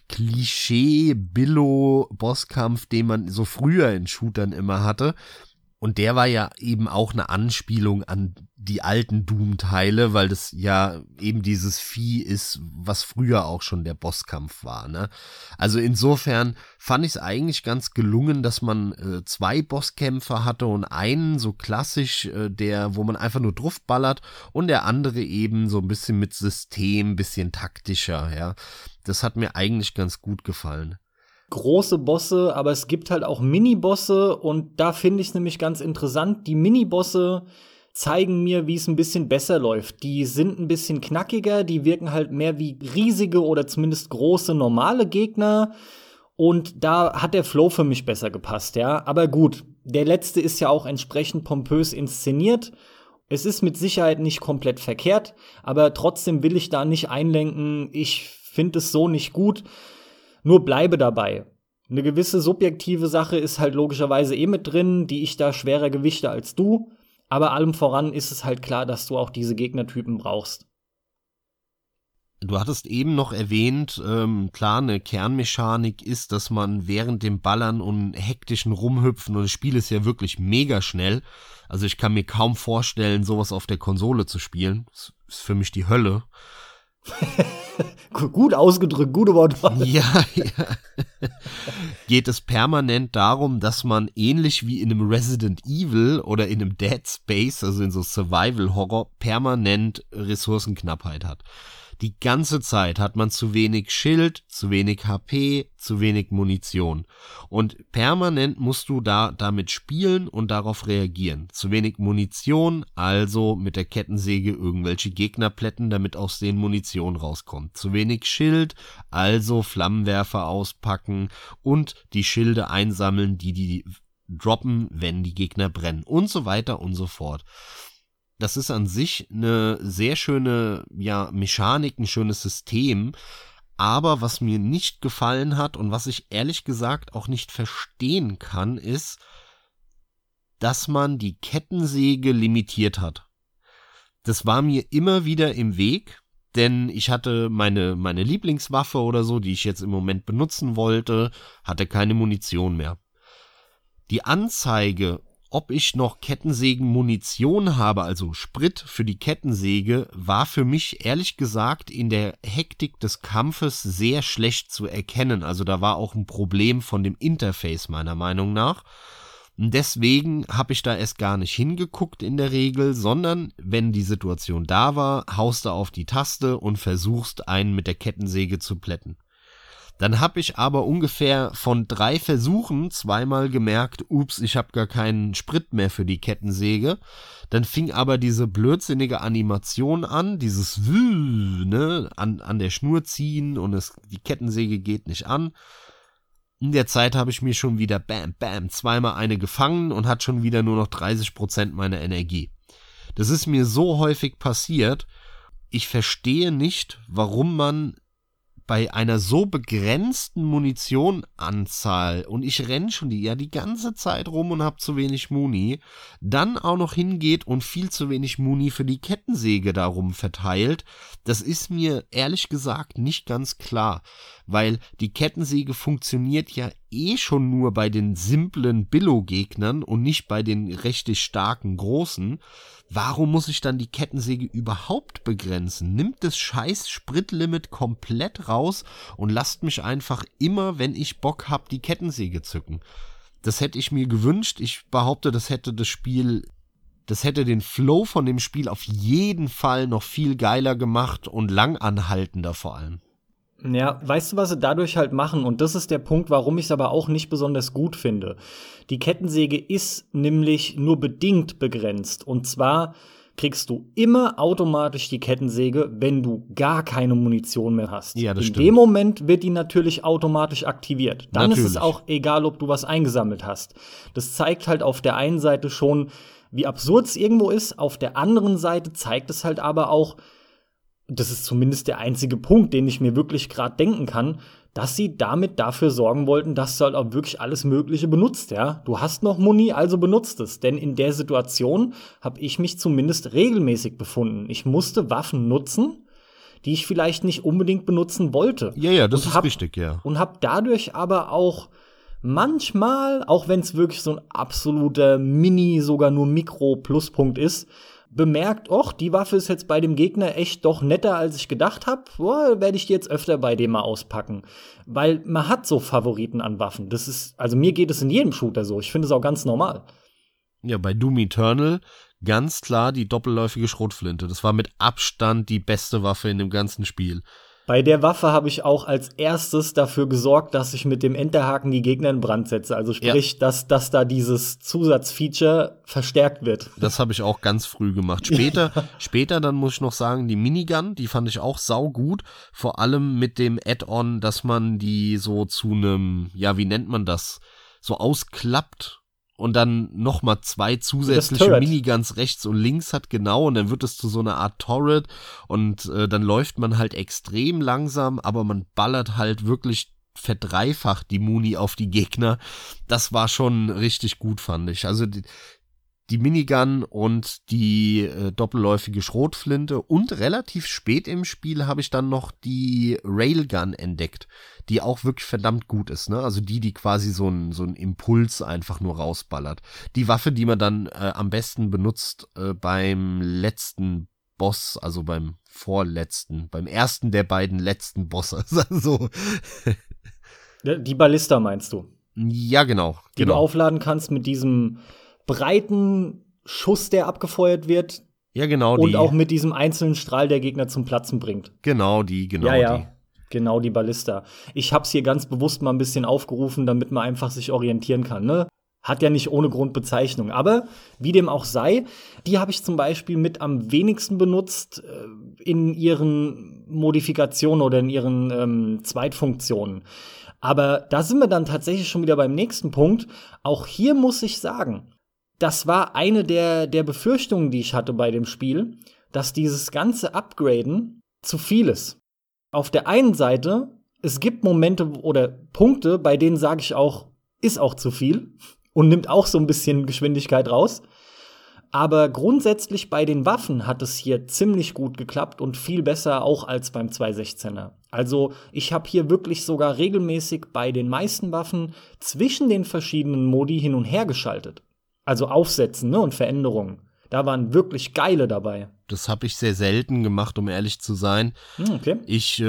Klischee-Billo-Bosskampf, den man so früher in Shootern immer hatte. Und der war ja eben auch eine Anspielung an die alten Doom-Teile, weil das ja eben dieses Vieh ist, was früher auch schon der Bosskampf war, ne? Also insofern fand ich es eigentlich ganz gelungen, dass man 2 Bosskämpfer hatte und einen so klassisch, wo man einfach nur draufballert, und der andere eben so ein bisschen mit System, bisschen taktischer, ja. Das hat mir eigentlich ganz gut gefallen. Große Bosse, aber es gibt halt auch Mini-Bosse, und da finde ich es nämlich ganz interessant. Die Mini-Bosse zeigen mir, wie es ein bisschen besser läuft. Die sind ein bisschen knackiger, die wirken halt mehr wie riesige oder zumindest große normale Gegner, und da hat der Flow für mich besser gepasst, ja. Aber gut, der letzte ist ja auch entsprechend pompös inszeniert. Es ist mit Sicherheit nicht komplett verkehrt, aber trotzdem will ich da nicht einlenken. Ich finde es so nicht gut. Nur bleibe dabei. Eine gewisse subjektive Sache ist halt logischerweise mit drin, die ich da schwerer gewichte als du. Aber allem voran ist es halt klar, dass du auch diese Gegnertypen brauchst. Du hattest eben noch erwähnt, klar, eine Kernmechanik ist, dass man während dem Ballern und hektischen Rumhüpfen, und das Spiel ist ja wirklich mega schnell, also ich kann mir kaum vorstellen, sowas auf der Konsole zu spielen. Das ist für mich die Hölle. Gut ausgedrückt, gute Wortwahl. Ja. Geht es permanent darum, dass man ähnlich wie in einem Resident Evil oder in einem Dead Space, also in so Survival-Horror, permanent Ressourcenknappheit hat. Die ganze Zeit hat man zu wenig Schild, zu wenig HP, zu wenig Munition. Und permanent musst du damit spielen und darauf reagieren. Zu wenig Munition, also mit der Kettensäge irgendwelche Gegner plätten, damit aus denen Munition rauskommt. Zu wenig Schild, also Flammenwerfer auspacken und die Schilde einsammeln, die droppen, wenn die Gegner brennen, und so weiter und so fort. Das ist an sich eine sehr schöne, ja, Mechanik, ein schönes System. Aber was mir nicht gefallen hat und was ich ehrlich gesagt auch nicht verstehen kann, ist, dass man die Kettensäge limitiert hat. Das war mir immer wieder im Weg, denn ich hatte meine Lieblingswaffe oder so, die ich jetzt im Moment benutzen wollte, hatte keine Munition mehr. Die Anzeige, ob ich noch Kettensägen-Munition habe, also Sprit für die Kettensäge, war für mich ehrlich gesagt in der Hektik des Kampfes sehr schlecht zu erkennen. Also da war auch ein Problem von dem Interface meiner Meinung nach. Und deswegen habe ich da erst gar nicht hingeguckt in der Regel, sondern wenn die Situation da war, haust du auf die Taste und versuchst einen mit der Kettensäge zu plätten. Dann habe ich aber ungefähr von 3 Versuchen zweimal gemerkt, ups, ich habe gar keinen Sprit mehr für die Kettensäge. Dann fing aber diese blödsinnige Animation an, dieses ne, an der Schnur ziehen und die Kettensäge geht nicht an. In der Zeit habe ich mir schon wieder zweimal eine gefangen und hat schon wieder nur noch 30% meiner Energie. Das ist mir so häufig passiert. Ich verstehe nicht, warum man bei einer so begrenzten Munitionanzahl, und ich renne schon die ganze Zeit rum und habe zu wenig Muni, dann auch noch hingeht und viel zu wenig Muni für die Kettensäge darum verteilt, das ist mir ehrlich gesagt nicht ganz klar, weil die Kettensäge funktioniert ja schon nur bei den simplen Billo-Gegnern und nicht bei den richtig starken Großen. Warum muss ich dann die Kettensäge überhaupt begrenzen? Nimmt das scheiß Spritlimit komplett raus und lasst mich einfach immer, wenn ich Bock hab, die Kettensäge zücken. Das hätte ich mir gewünscht. Ich behaupte, das hätte den Flow von dem Spiel auf jeden Fall noch viel geiler gemacht und langanhaltender vor allem. Ja, weißt du, was sie dadurch halt machen? Und das ist der Punkt, warum ich es aber auch nicht besonders gut finde. Die Kettensäge ist nämlich nur bedingt begrenzt. Und zwar kriegst du immer automatisch die Kettensäge, wenn du gar keine Munition mehr hast. Ja, das stimmt. In dem Moment wird die natürlich automatisch aktiviert. Dann natürlich. Ist es auch egal, ob du was eingesammelt hast. Das zeigt halt auf der einen Seite schon, wie absurd es irgendwo ist. Auf der anderen Seite zeigt es halt aber auch, das ist zumindest der einzige Punkt, den ich mir wirklich gerade denken kann, dass sie damit dafür sorgen wollten, dass du halt auch wirklich alles Mögliche benutzt, ja. Du hast noch Muni, also benutzt es. Denn in der Situation habe ich mich zumindest regelmäßig befunden. Ich musste Waffen nutzen, die ich vielleicht nicht unbedingt benutzen wollte. Ja, das ist richtig, ja. Und habe dadurch aber auch manchmal, auch wenn es wirklich so ein absoluter Mini, sogar nur Mikro-Pluspunkt ist, bemerkt, die Waffe ist jetzt bei dem Gegner echt doch netter, als ich gedacht habe. Werde ich die jetzt öfter bei dem mal auspacken. Weil man hat so Favoriten an Waffen. Das ist, also mir geht es in jedem Shooter so. Ich finde es auch ganz normal. Ja, bei Doom Eternal ganz klar die doppelläufige Schrotflinte. Das war mit Abstand die beste Waffe in dem ganzen Spiel. Bei der Waffe habe ich auch als erstes dafür gesorgt, dass ich mit dem Enterhaken die Gegner in Brand setze. Also sprich, dass da dieses Zusatzfeature verstärkt wird. Das habe ich auch ganz früh gemacht. Später dann muss ich noch sagen, die Minigun, die fand ich auch saugut. Vor allem mit dem Add-on, dass man die so zu einem, wie nennt man das, so ausklappt. Und dann nochmal 2 zusätzliche Miniguns rechts und links hat, genau, und dann wird es zu so einer Art Turret und dann läuft man halt extrem langsam, aber man ballert halt wirklich verdreifacht die Muni auf die Gegner. Das war schon richtig gut, fand ich. Also die Minigun und die doppelläufige Schrotflinte und relativ spät im Spiel habe ich dann noch die Railgun entdeckt, die auch wirklich verdammt gut ist, ne? Also die quasi so ein Impuls einfach nur rausballert. Die Waffe, die man dann am besten benutzt beim letzten Boss, also beim ersten der beiden letzten Bosse. So. Die Ballista meinst du? Ja, genau. Die du aufladen kannst mit diesem breiten Schuss, der abgefeuert wird. Ja, genau. Und auch mit diesem einzelnen Strahl, der Gegner zum Platzen bringt. Genau. Genau, die Ballista. Ich hab's hier ganz bewusst mal ein bisschen aufgerufen, damit man einfach sich orientieren kann, ne? Hat ja nicht ohne Grund Bezeichnung. Aber wie dem auch sei, die habe ich zum Beispiel mit am wenigsten benutzt in ihren Modifikationen oder in ihren Zweitfunktionen. Aber da sind wir dann tatsächlich schon wieder beim nächsten Punkt. Auch hier muss ich sagen, das war eine der Befürchtungen, die ich hatte bei dem Spiel, dass dieses ganze Upgraden zu viel ist. Auf der einen Seite, es gibt Momente oder Punkte, bei denen sage ich auch, ist auch zu viel und nimmt auch so ein bisschen Geschwindigkeit raus. Aber grundsätzlich bei den Waffen hat es hier ziemlich gut geklappt und viel besser auch als beim 216er. Also ich habe hier wirklich sogar regelmäßig bei den meisten Waffen zwischen den verschiedenen Modi hin und her geschaltet. Also Aufsätzen, ne, und Veränderungen. Da waren wirklich geile dabei. Das habe ich sehr selten gemacht, um ehrlich zu sein. Okay. Ich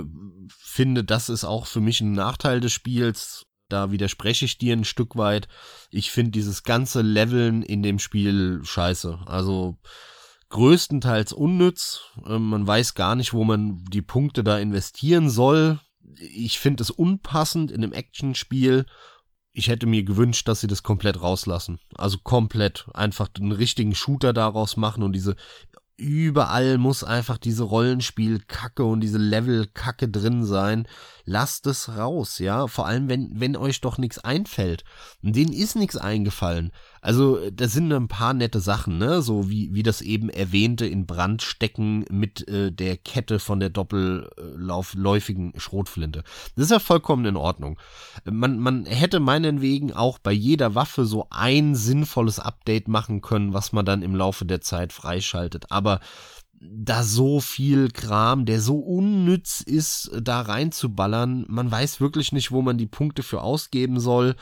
finde, das ist auch für mich ein Nachteil des Spiels. Da widerspreche ich dir ein Stück weit. Ich finde dieses ganze Leveln in dem Spiel scheiße. Also größtenteils unnütz. Man weiß gar nicht, wo man die Punkte da investieren soll. Ich finde es unpassend in einem Actionspiel. Ich hätte mir gewünscht, dass sie das komplett rauslassen. Also komplett einfach einen richtigen Shooter daraus machen und überall muss einfach diese Rollenspiel-Kacke und diese Level-Kacke drin sein. Lasst es raus, ja. Vor allem, wenn euch doch nichts einfällt. Und denen ist nichts eingefallen. Also, da sind ein paar nette Sachen, ne? So wie das eben erwähnte in Brand stecken mit der Kette von der doppelläufigen Schrotflinte. Das ist ja vollkommen in Ordnung. Man hätte meinetwegen auch bei jeder Waffe so ein sinnvolles Update machen können, was man dann im Laufe der Zeit freischaltet. Aber da so viel Kram, der so unnütz ist, da reinzuballern, man weiß wirklich nicht, wo man die Punkte für ausgeben soll.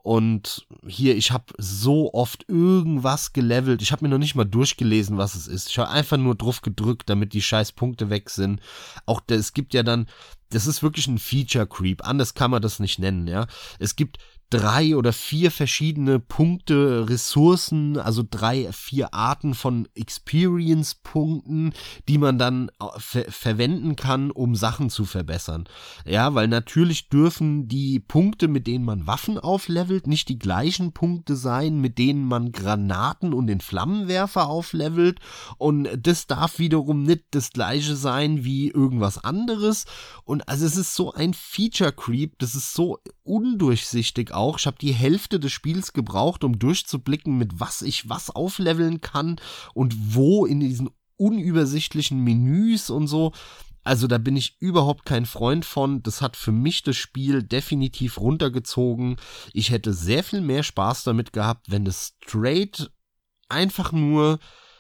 Und hier, ich habe so oft irgendwas gelevelt. Ich habe mir noch nicht mal durchgelesen, was es ist. Ich habe einfach nur drauf gedrückt, damit die scheiß Punkte weg sind. Auch es gibt ja dann, das ist wirklich ein Feature Creep. Anders kann man das nicht nennen, ja. Es gibt 3 oder 4 verschiedene Punkte, Ressourcen, also 3, 4 Arten von Experience-Punkten, die man dann verwenden kann, um Sachen zu verbessern. Ja, weil natürlich dürfen die Punkte, mit denen man Waffen auflevelt, nicht die gleichen Punkte sein, mit denen man Granaten und den Flammenwerfer auflevelt, und das darf wiederum nicht das gleiche sein wie irgendwas anderes. Und also es ist so ein Feature-Creep, das ist so undurchsichtig auch. Ich habe die Hälfte des Spiels gebraucht, um durchzublicken, mit was ich was aufleveln kann und wo in diesen unübersichtlichen Menüs und so. Also da bin ich überhaupt kein Freund von. Das hat für mich das Spiel definitiv runtergezogen. Ich hätte sehr viel mehr Spaß damit gehabt, wenn das straight einfach nur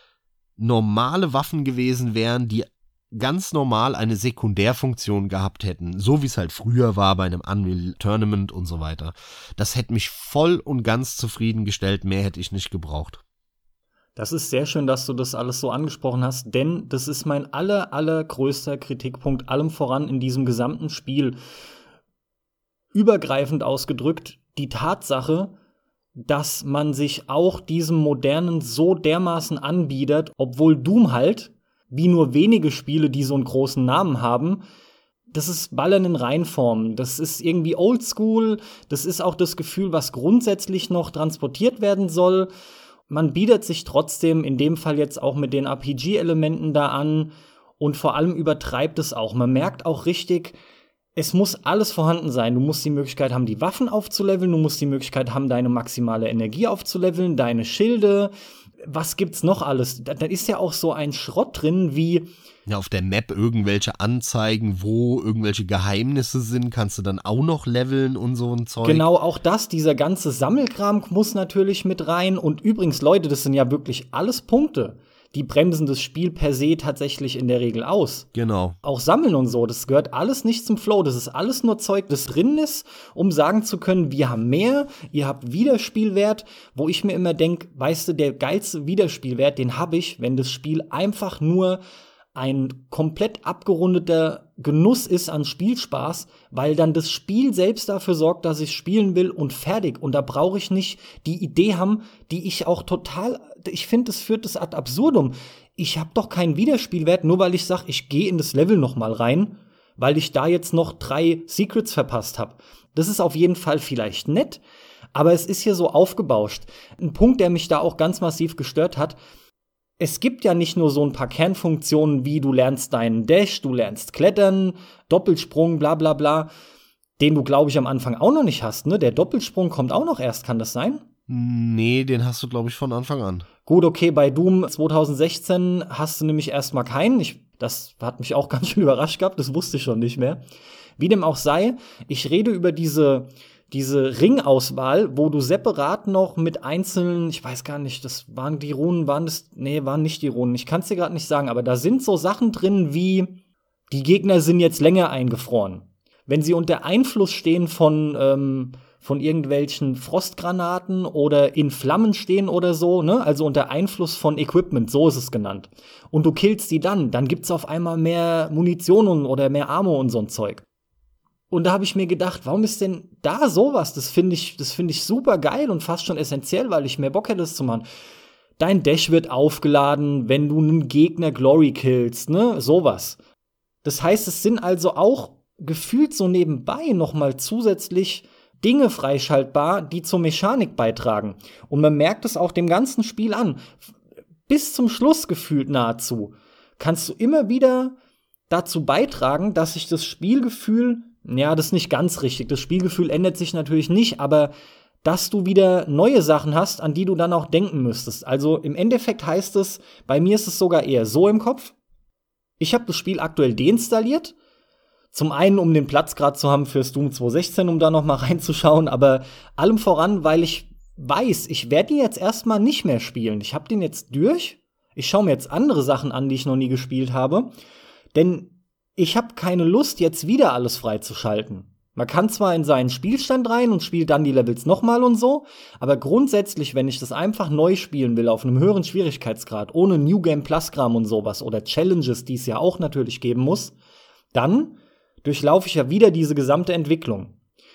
normale Waffen gewesen wären, die ganz normal eine Sekundärfunktion gehabt hätten, so wie es halt früher war bei einem Unreal Tournament und so weiter. Das hätte mich voll und ganz zufriedengestellt, mehr hätte ich nicht gebraucht. Das ist sehr schön, dass du das alles so angesprochen hast, denn das ist mein allergrößter Kritikpunkt, allem voran in diesem gesamten Spiel. Übergreifend ausgedrückt, die Tatsache, dass man sich auch diesem Modernen so dermaßen anbietet, obwohl Doom halt, wie nur wenige Spiele, die so einen großen Namen haben, das ist Ballern in Reinform. Das ist irgendwie oldschool. Das ist auch das Gefühl, was grundsätzlich noch transportiert werden soll. Man bietet sich trotzdem, in dem Fall jetzt auch mit den RPG-Elementen da an, und vor allem übertreibt es auch. Man merkt auch richtig, es muss alles vorhanden sein. Du musst die Möglichkeit haben, die Waffen aufzuleveln. Du musst die Möglichkeit haben, deine maximale Energie aufzuleveln, deine Schilde. Was gibt's noch alles? Da ist ja auch so ein Schrott drin, wie ja, auf der Map irgendwelche Anzeigen, wo irgendwelche Geheimnisse sind, kannst du dann auch noch leveln und so ein Zeug. Genau, auch das, dieser ganze Sammelkram muss natürlich mit rein. Und übrigens, Leute, das sind ja wirklich alles Punkte. Die bremsen das Spiel per se tatsächlich in der Regel aus. Genau. Auch Sammeln und so, das gehört alles nicht zum Flow. Das ist alles nur Zeug, das drin ist, um sagen zu können, wir haben mehr, ihr habt Wiederspielwert. Wo ich mir immer denke, weißt du, der geilste Wiederspielwert, den habe ich, wenn das Spiel einfach nur ein komplett abgerundeter Genuss ist an Spielspaß, weil dann das Spiel selbst dafür sorgt, dass ich spielen will, und fertig. Und da brauche ich nicht die Idee haben, die ich auch total, ich finde, das führt das ad absurdum. Ich habe doch keinen Wiederspielwert, nur weil ich sage, ich gehe in das Level noch mal rein, weil ich da jetzt noch 3 Secrets verpasst habe. Das ist auf jeden Fall vielleicht nett, aber es ist hier so aufgebauscht. Ein Punkt, der mich da auch ganz massiv gestört hat: Es gibt ja nicht nur so ein paar Kernfunktionen wie du lernst deinen Dash, du lernst Klettern, Doppelsprung, bla bla bla, den du, glaube ich, am Anfang auch noch nicht hast, ne? Der Doppelsprung kommt auch noch erst, kann das sein? Nee, den hast du, glaube ich, von Anfang an. Gut, okay, bei Doom 2016 hast du nämlich erstmal keinen. Das hat mich auch ganz schön überrascht gehabt, das wusste ich schon nicht mehr. Wie dem auch sei, ich rede über diese Ringauswahl, wo du separat noch mit einzelnen, ich weiß gar nicht, das waren die Runen, waren nicht die Runen, ich kann es dir gerade nicht sagen, aber da sind so Sachen drin wie, die Gegner sind jetzt länger eingefroren. Wenn sie unter Einfluss stehen von von irgendwelchen Frostgranaten oder in Flammen stehen oder so, ne? Also unter Einfluss von Equipment, so ist es genannt. Und du killst die dann gibt's auf einmal mehr Munition oder mehr Ammo und so ein Zeug. Und da habe ich mir gedacht, warum ist denn da sowas? Das finde ich super geil und fast schon essentiell, weil ich mehr Bock hätte, das zu machen. Dein Dash wird aufgeladen, wenn du einen Gegner Glory killst, ne? Sowas. Das heißt, es sind also auch gefühlt so nebenbei noch mal zusätzlich Dinge freischaltbar, die zur Mechanik beitragen. Und man merkt es auch dem ganzen Spiel an. Bis zum Schluss gefühlt nahezu kannst du immer wieder dazu beitragen, dass sich das Spielgefühl, ja, das ist nicht ganz richtig, das Spielgefühl ändert sich natürlich nicht, aber dass du wieder neue Sachen hast, an die du dann auch denken müsstest. Also im Endeffekt heißt es, bei mir ist es sogar eher so im Kopf, ich habe das Spiel aktuell deinstalliert. Zum einen, um den Platz gerade zu haben fürs Doom 2016, um da noch mal reinzuschauen, aber allem voran, weil ich weiß, ich werde ihn jetzt erstmal nicht mehr spielen. Ich habe den jetzt durch. Ich schaue mir jetzt andere Sachen an, die ich noch nie gespielt habe, denn ich habe keine Lust, jetzt wieder alles freizuschalten. Man kann zwar in seinen Spielstand rein und spielt dann die Levels nochmal und so, aber grundsätzlich, wenn ich das einfach neu spielen will, auf einem höheren Schwierigkeitsgrad, ohne New Game Plus Kram und sowas oder Challenges, die es ja auch natürlich geben muss, dann durchlaufe ich ja wieder diese gesamte Entwicklung.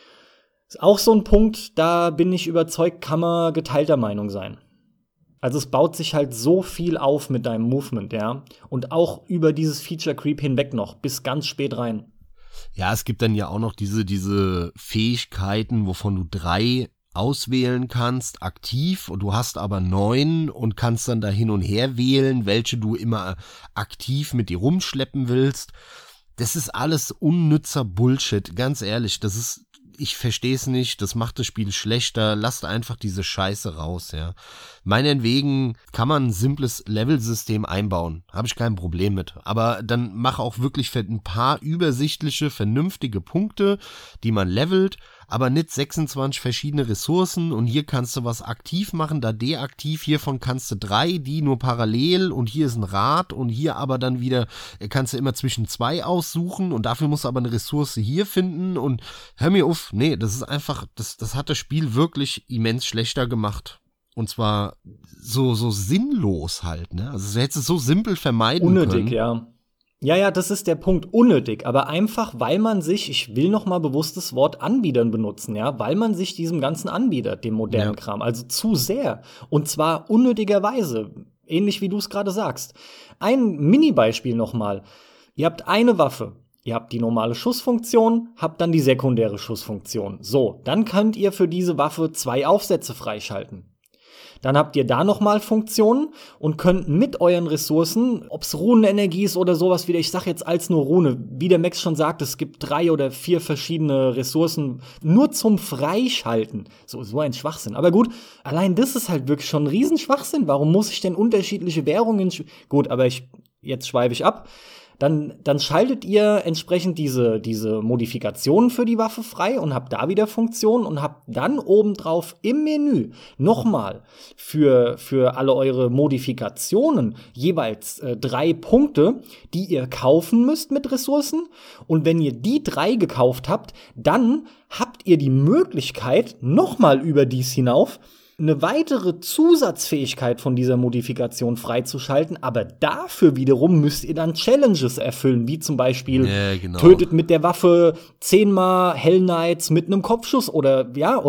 Ist auch so ein Punkt, da bin ich überzeugt, kann man geteilter Meinung sein. Also es baut sich halt so viel auf mit deinem Movement, ja, und auch über dieses Feature Creep hinweg noch, bis ganz spät rein. Ja, es gibt dann ja auch noch diese Fähigkeiten, wovon du 3 auswählen kannst, aktiv, und du hast aber 9 und kannst dann da hin und her wählen, welche du immer aktiv mit dir rumschleppen willst. Das ist alles unnützer Bullshit, ganz ehrlich, ich verstehe es nicht, das macht das Spiel schlechter, lasst einfach diese Scheiße raus, ja. Meinetwegen kann man ein simples Levelsystem einbauen, habe ich kein Problem mit, aber dann mach auch wirklich ein paar übersichtliche, vernünftige Punkte, die man levelt, aber nicht 26 verschiedene Ressourcen und hier kannst du was aktiv machen, da deaktiv, hiervon kannst du 3, die nur parallel und hier ist ein Rad und hier aber dann wieder kannst du immer zwischen 2 aussuchen und dafür musst du aber eine Ressource hier finden und hör mir auf, nee, das ist einfach, das hat das Spiel wirklich immens schlechter gemacht. Und zwar so sinnlos halt, ne? Also du hättest es so simpel vermeiden können. Unnötig, ja. Ja, das ist der Punkt, unnötig, aber einfach, weil man sich, ich will noch mal bewusst das Wort Anbietern benutzen, ja, weil man sich diesem ganzen anbietet, dem modernen Kram, also zu sehr, und zwar unnötigerweise, ähnlich wie du es gerade sagst. Ein Mini-Beispiel noch mal, ihr habt eine Waffe, ihr habt die normale Schussfunktion, habt dann die sekundäre Schussfunktion, so, dann könnt ihr für diese Waffe 2 Aufsätze freischalten. Dann habt ihr da nochmal Funktionen und könnt mit euren Ressourcen, ob's Runenenergie ist oder sowas wieder, ich sag jetzt als nur Rune, wie der Max schon sagt, es gibt 3 oder 4 verschiedene Ressourcen nur zum Freischalten. So ein Schwachsinn. Aber gut, allein das ist halt wirklich schon ein Riesenschwachsinn. Warum muss ich denn unterschiedliche Währungen gut, aber jetzt schweife ich ab. Dann schaltet ihr entsprechend diese Modifikationen für die Waffe frei und habt da wieder Funktionen und habt dann obendrauf im Menü nochmal für alle eure Modifikationen jeweils 3 Punkte, die ihr kaufen müsst mit Ressourcen. Und wenn ihr die 3 gekauft habt, dann habt ihr die Möglichkeit, nochmal über dies hinauf eine weitere Zusatzfähigkeit von dieser Modifikation freizuschalten, aber dafür wiederum müsst ihr dann Challenges erfüllen, wie zum Beispiel tötet mit der Waffe 10-mal Hell Knights mit einem Kopfschuss oder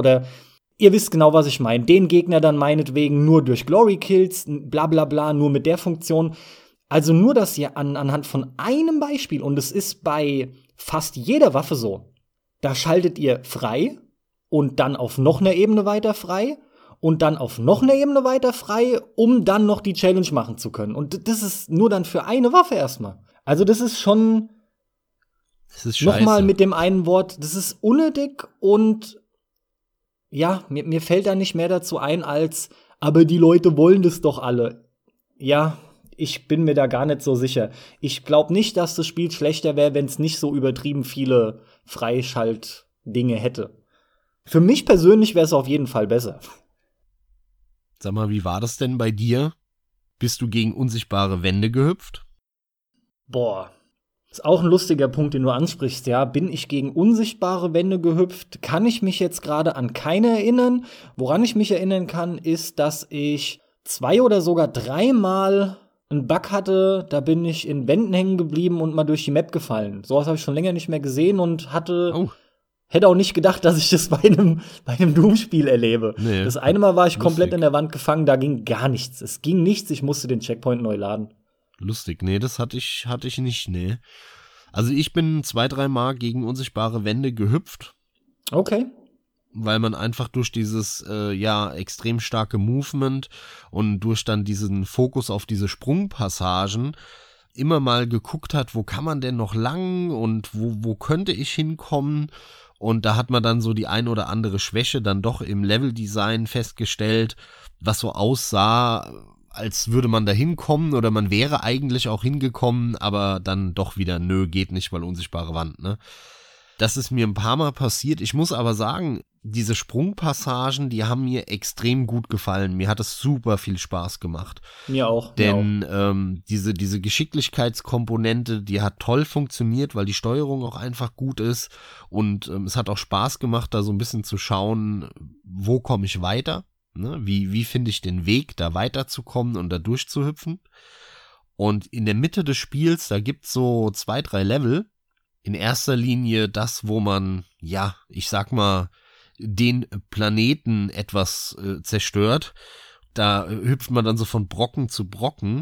ihr wisst genau, was ich meine. Den Gegner dann meinetwegen nur durch Glory Kills, bla bla bla, nur mit der Funktion. Also nur, dass ihr anhand von einem Beispiel, und es ist bei fast jeder Waffe so, da schaltet ihr frei und dann auf noch einer Ebene weiter frei und dann auf noch eine Ebene weiter frei, um dann noch die Challenge machen zu können. Und das ist nur dann für eine Waffe erstmal. Also das ist schon nochmal mit dem einen Wort, das ist unnötig und ja, mir fällt da nicht mehr dazu ein als, aber die Leute wollen das doch alle. Ja, ich bin mir da gar nicht so sicher. Ich glaube nicht, dass das Spiel schlechter wäre, wenn es nicht so übertrieben viele Freischaltdinge hätte. Für mich persönlich wäre es auf jeden Fall besser. Sag mal, wie war das denn bei dir? Bist du gegen unsichtbare Wände gehüpft? Boah, Ist auch ein lustiger Punkt, den du ansprichst, ja. Bin ich gegen unsichtbare Wände gehüpft? Kann ich mich jetzt gerade an keine erinnern? Woran ich mich erinnern kann, ist, dass ich 2 oder sogar 3 Mal einen Bug hatte, da bin ich in Wänden hängen geblieben und mal durch die Map gefallen. Sowas habe ich schon länger nicht mehr gesehen und hätte auch nicht gedacht, dass ich das bei einem Doom-Spiel erlebe. Nee, das eine Mal war ich komplett in der Wand gefangen, da ging gar nichts. Es ging nichts, ich musste den Checkpoint neu laden. Lustig, nee, das hatte ich nicht, nee. Also ich bin 2-3 Mal gegen unsichtbare Wände gehüpft. Okay. Weil man einfach durch dieses, extrem starke Movement und durch dann diesen Fokus auf diese Sprungpassagen immer mal geguckt hat, wo kann man denn noch lang und wo könnte ich hinkommen? Und da hat man dann so die ein oder andere Schwäche dann doch im Leveldesign festgestellt, was so aussah, als würde man da hinkommen oder man wäre eigentlich auch hingekommen, aber dann doch wieder, nö, geht nicht, weil unsichtbare Wand, ne? Das ist mir ein paar Mal passiert. Ich muss aber sagen, diese Sprungpassagen, die haben mir extrem gut gefallen. Mir hat es super viel Spaß gemacht. Mir auch. Denn diese Geschicklichkeitskomponente, die hat toll funktioniert, weil die Steuerung auch einfach gut ist. Und es hat auch Spaß gemacht, da so ein bisschen zu schauen, wo komme ich weiter? Ne? Wie finde ich den Weg, da weiterzukommen und da durchzuhüpfen? Und in der Mitte des Spiels, da gibt's so 2, 3 Level. In erster Linie das, wo man, ich sag mal, den Planeten etwas zerstört. Da hüpft man dann so von Brocken zu Brocken.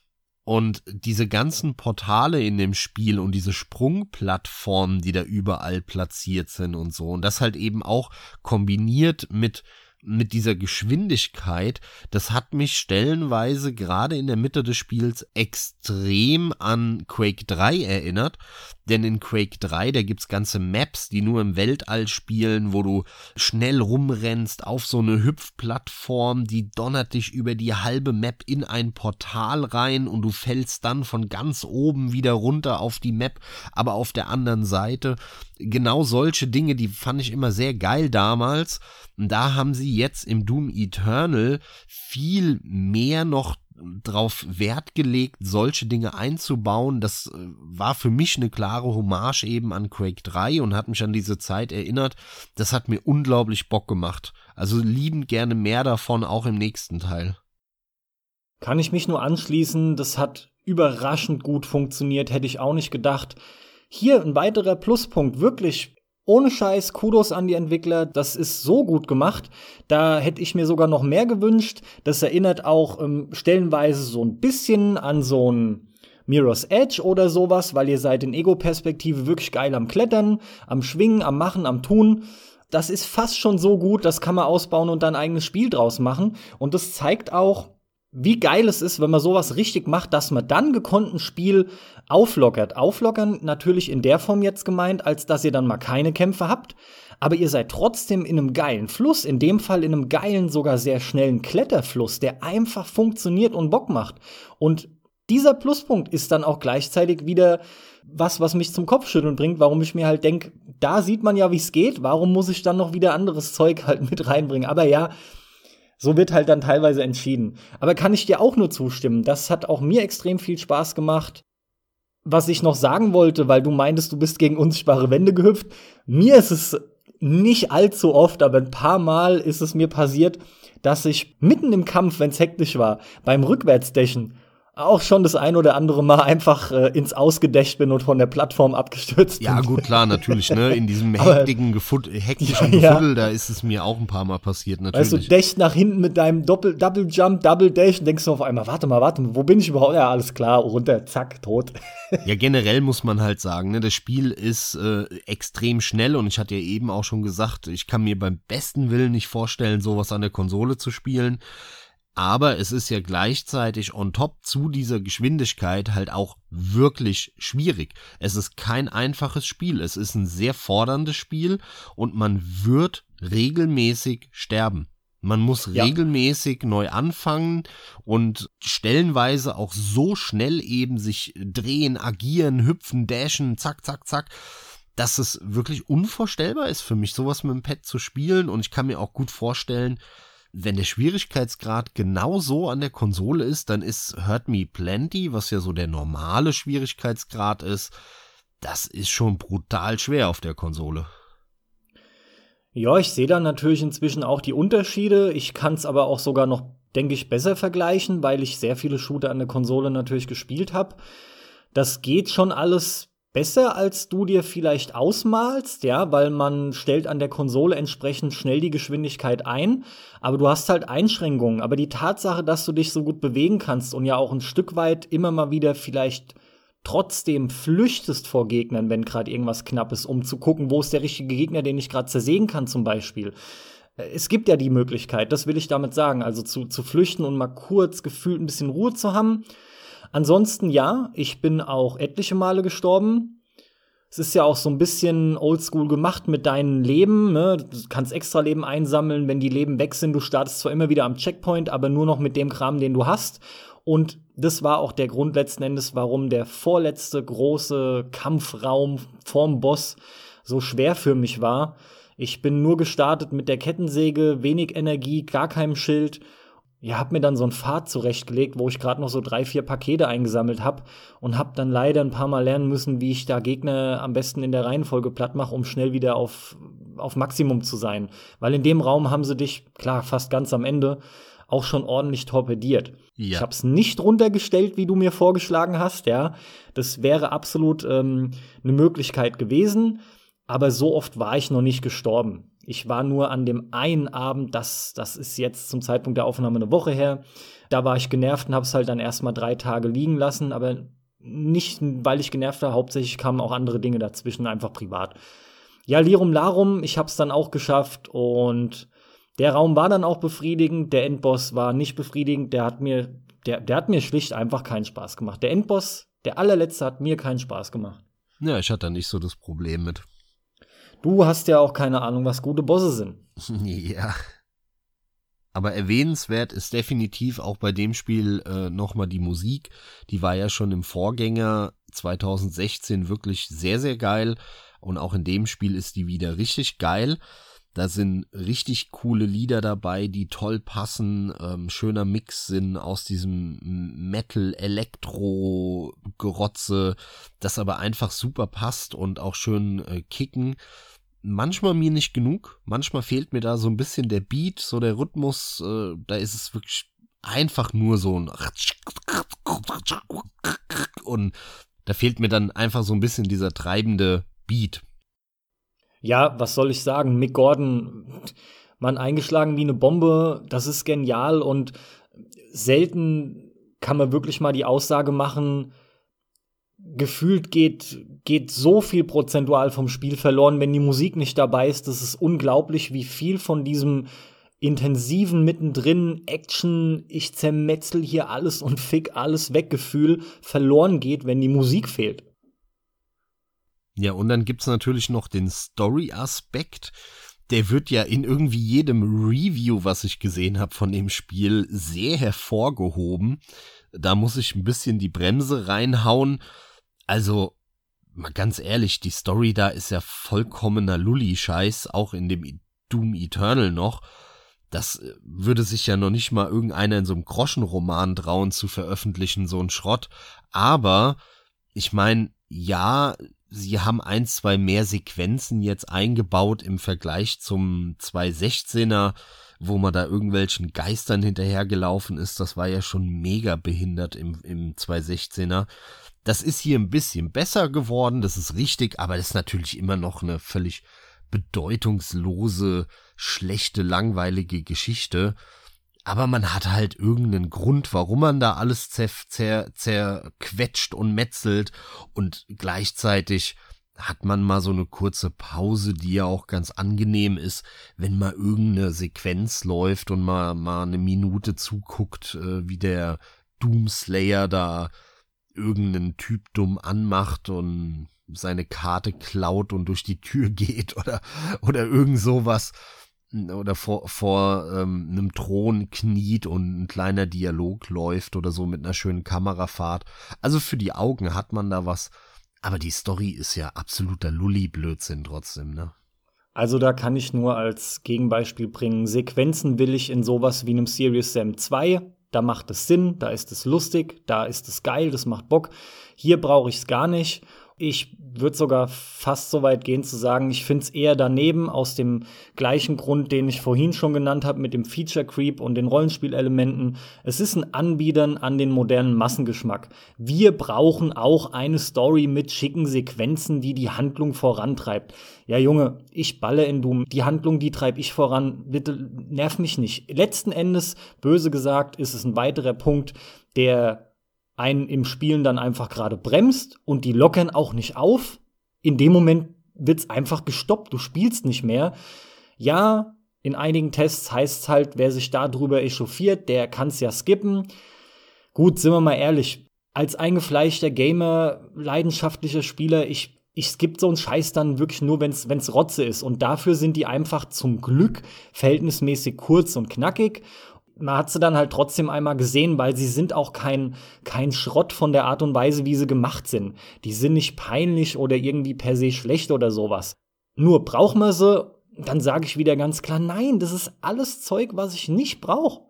Und diese ganzen Portale in dem Spiel und diese Sprungplattformen, die da überall platziert sind und so. Und das halt eben auch kombiniert mit dieser Geschwindigkeit, das hat mich stellenweise gerade in der Mitte des Spiels extrem an Quake 3 erinnert, denn in Quake 3, da gibt's ganze Maps, die nur im Weltall spielen, wo du schnell rumrennst auf so eine Hüpfplattform, die donnert dich über die halbe Map in ein Portal rein und du fällst dann von ganz oben wieder runter auf die Map, aber auf der anderen Seite. Genau solche Dinge, die fand ich immer sehr geil damals. Und da haben sie jetzt im Doom Eternal viel mehr noch drauf Wert gelegt, solche Dinge einzubauen. Das war für mich eine klare Hommage eben an Quake 3 und hat mich an diese Zeit erinnert. Das hat mir unglaublich Bock gemacht. Also liebend gerne mehr davon, auch im nächsten Teil. Kann ich mich nur anschließen, das hat überraschend gut funktioniert, hätte ich auch nicht gedacht. Hier ein weiterer Pluspunkt, wirklich ohne Scheiß, Kudos an die Entwickler, das ist so gut gemacht, da hätte ich mir sogar noch mehr gewünscht. Das erinnert auch stellenweise so ein bisschen an so ein Mirror's Edge oder sowas, weil ihr seid in Ego-Perspektive wirklich geil am Klettern, am Schwingen, am Machen, am Tun. Das ist fast schon so gut, das kann man ausbauen und dann ein eigenes Spiel draus machen. Und das zeigt auch, wie geil es ist, wenn man sowas richtig macht, dass man dann gekonnt ein Spiel auflockert. Auflockern natürlich in der Form jetzt gemeint, als dass ihr dann mal keine Kämpfe habt, aber ihr seid trotzdem in einem geilen Fluss, in dem Fall in einem geilen, sogar sehr schnellen Kletterfluss, der einfach funktioniert und Bock macht. Und dieser Pluspunkt ist dann auch gleichzeitig wieder was mich zum Kopfschütteln bringt, warum ich mir halt denke, da sieht man ja, wie es geht, warum muss ich dann noch wieder anderes Zeug halt mit reinbringen? Aber ja, so wird halt dann teilweise entschieden. Aber kann ich dir auch nur zustimmen. Das hat auch mir extrem viel Spaß gemacht. Was ich noch sagen wollte, weil du meintest, du bist gegen unsichtbare Wände gehüpft. Mir ist es nicht allzu oft, aber ein paar Mal ist es mir passiert, dass ich mitten im Kampf, wenn es hektisch war, beim Rückwärtsdashen auch schon das ein oder andere Mal einfach ins Ausgedasht bin und von der Plattform abgestürzt bin. Ja, gut, klar, natürlich, ne? In diesem hektischen Gefuddel, da ist es mir auch ein paar Mal passiert, natürlich. Weißt du, dash nach hinten mit deinem Double Jump, Double Dash und denkst du auf einmal, warte mal, wo bin ich überhaupt? Ja, alles klar, runter, zack, tot. Ja, generell muss man halt sagen, ne, das Spiel ist extrem schnell und ich hatte ja eben auch schon gesagt, ich kann mir beim besten Willen nicht vorstellen, sowas an der Konsole zu spielen. Aber es ist ja gleichzeitig on top zu dieser Geschwindigkeit halt auch wirklich schwierig. Es ist kein einfaches Spiel. Es ist ein sehr forderndes Spiel und man wird regelmäßig sterben. Man muss regelmäßig neu anfangen und stellenweise auch so schnell eben sich drehen, agieren, hüpfen, dashen, zack, zack, zack, dass es wirklich unvorstellbar ist für mich, sowas mit dem Pad zu spielen. Und ich kann mir auch gut vorstellen, wenn der Schwierigkeitsgrad genau so an der Konsole ist, dann ist Hurt Me Plenty, was ja so der normale Schwierigkeitsgrad ist, das ist schon brutal schwer auf der Konsole. Ja, ich sehe da natürlich inzwischen auch die Unterschiede. Ich kann es aber auch sogar noch, denke ich, besser vergleichen, weil ich sehr viele Shooter an der Konsole natürlich gespielt habe. Das geht schon alles besser, als du dir vielleicht ausmalst, ja, weil man stellt an der Konsole entsprechend schnell die Geschwindigkeit ein, aber du hast halt Einschränkungen. Aber die Tatsache, dass du dich so gut bewegen kannst und ja auch ein Stück weit immer mal wieder vielleicht trotzdem flüchtest vor Gegnern, wenn gerade irgendwas knapp ist, um zu gucken, wo ist der richtige Gegner, den ich gerade zersägen kann zum Beispiel. Es gibt ja die Möglichkeit, das will ich damit sagen, also zu flüchten und mal kurz gefühlt ein bisschen Ruhe zu haben. Ansonsten ja, ich bin auch etliche Male gestorben. Es ist ja auch so ein bisschen oldschool gemacht mit deinem Leben, ne? Du kannst extra Leben einsammeln, wenn die Leben weg sind. Du startest zwar immer wieder am Checkpoint, aber nur noch mit dem Kram, den du hast. Und das war auch der Grund letzten Endes, warum der vorletzte große Kampfraum vorm Boss so schwer für mich war. Ich bin nur gestartet mit der Kettensäge, wenig Energie, gar keinem Schild. Ja, hab mir dann so einen Pfad zurechtgelegt, wo ich gerade noch so 3, 4 Pakete eingesammelt hab und hab dann leider ein paar Mal lernen müssen, wie ich da Gegner am besten in der Reihenfolge platt mache, um schnell wieder auf Maximum zu sein. Weil in dem Raum haben sie dich, klar, fast ganz am Ende, auch schon ordentlich torpediert. Ja. Ich hab's nicht runtergestellt, wie du mir vorgeschlagen hast, ja. Das wäre absolut eine Möglichkeit gewesen, aber so oft war ich noch nicht gestorben. Ich war nur an dem einen Abend, das ist jetzt zum Zeitpunkt der Aufnahme eine Woche her, da war ich genervt und hab's halt dann erstmal 3 Tage liegen lassen, aber nicht, weil ich genervt war, hauptsächlich kamen auch andere Dinge dazwischen, einfach privat. Ja, Lirum Larum, ich hab's dann auch geschafft und der Raum war dann auch befriedigend, der Endboss war nicht befriedigend, der hat mir schlicht einfach keinen Spaß gemacht. Der Endboss, der allerletzte, hat mir keinen Spaß gemacht. Ja, ich hatte da nicht so das Problem mit. Du hast ja auch keine Ahnung, was gute Bosse sind. Ja. Aber erwähnenswert ist definitiv auch bei dem Spiel nochmal die Musik. Die war ja schon im Vorgänger 2016 wirklich sehr, sehr geil. Und auch in dem Spiel ist die wieder richtig geil. Da sind richtig coole Lieder dabei, die toll passen, schöner Mix sind aus diesem Metal-Elektro-Gerotze, das aber einfach super passt und auch schön kicken. Manchmal mir nicht genug, manchmal fehlt mir da so ein bisschen der Beat, so der Rhythmus, da ist es wirklich einfach nur so ein und da fehlt mir dann einfach so ein bisschen dieser treibende Beat. Ja, was soll ich sagen? Mick Gordon, Mann, eingeschlagen wie eine Bombe, das ist genial und selten kann man wirklich mal die Aussage machen, gefühlt geht so viel prozentual vom Spiel verloren, wenn die Musik nicht dabei ist. Das ist unglaublich, wie viel von diesem intensiven mittendrin Action, ich zermetzel hier alles und fick alles weg Gefühl verloren geht, wenn die Musik fehlt. Ja, und dann gibt's natürlich noch den Story-Aspekt. Der wird ja in irgendwie jedem Review, was ich gesehen habe von dem Spiel, sehr hervorgehoben. Da muss ich ein bisschen die Bremse reinhauen. Also, mal ganz ehrlich, die Story da ist ja vollkommener Lulli-Scheiß, auch in dem Doom Eternal noch. Das würde sich ja noch nicht mal irgendeiner in so einem Groschenroman trauen zu veröffentlichen, so ein Schrott. Aber, ich meine, ja, sie haben 1, 2 mehr Sequenzen jetzt eingebaut im Vergleich zum 216er, wo man da irgendwelchen Geistern hinterhergelaufen ist. Das war ja schon mega behindert im 216er. Das ist hier ein bisschen besser geworden, das ist richtig, aber das ist natürlich immer noch eine völlig bedeutungslose, schlechte, langweilige Geschichte. Aber man hat halt irgendeinen Grund, warum man da alles zerquetscht und metzelt und gleichzeitig hat man mal so eine kurze Pause, die ja auch ganz angenehm ist, wenn mal irgendeine Sequenz läuft und mal eine Minute zuguckt, wie der Doomslayer da irgendeinen Typ dumm anmacht und seine Karte klaut und durch die Tür geht oder irgend sowas. Oder vor einem Thron kniet und ein kleiner Dialog läuft oder so mit einer schönen Kamerafahrt. Also für die Augen hat man da was, aber die Story ist ja absoluter Lulli-Blödsinn trotzdem, ne? Also da kann ich nur als Gegenbeispiel bringen, Sequenzen will ich in sowas wie einem Serious Sam 2. Da macht es Sinn, da ist es lustig, da ist es geil, das macht Bock. Hier brauche ich es gar nicht. Ich würde sogar fast so weit gehen zu sagen, ich finde es eher daneben, aus dem gleichen Grund, den ich vorhin schon genannt habe, mit dem Feature Creep und den Rollenspielelementen. Es ist ein Anbiedern an den modernen Massengeschmack. Wir brauchen auch eine Story mit schicken Sequenzen, die die Handlung vorantreibt. Ja, Junge, ich balle in Doom. Die Handlung, die treibe ich voran. Bitte nerv mich nicht. Letzten Endes, böse gesagt, ist es ein weiterer Punkt, der einen im Spielen dann einfach gerade bremst und die lockern auch nicht auf. In dem Moment wird's einfach gestoppt, du spielst nicht mehr. Ja, in einigen Tests heißt's halt, wer sich da drüber echauffiert, der kann's ja skippen. Gut, sind wir mal ehrlich, als eingefleischter Gamer, leidenschaftlicher Spieler, ich skipp so einen Scheiß dann wirklich nur, wenn's Rotze ist. Und dafür sind die einfach zum Glück verhältnismäßig kurz und knackig. Man hat sie dann halt trotzdem einmal gesehen, weil sie sind auch kein Schrott von der Art und Weise, wie sie gemacht sind. Die sind nicht peinlich oder irgendwie per se schlecht oder sowas. Nur braucht man sie, dann sage ich wieder ganz klar, nein, das ist alles Zeug, was ich nicht brauche.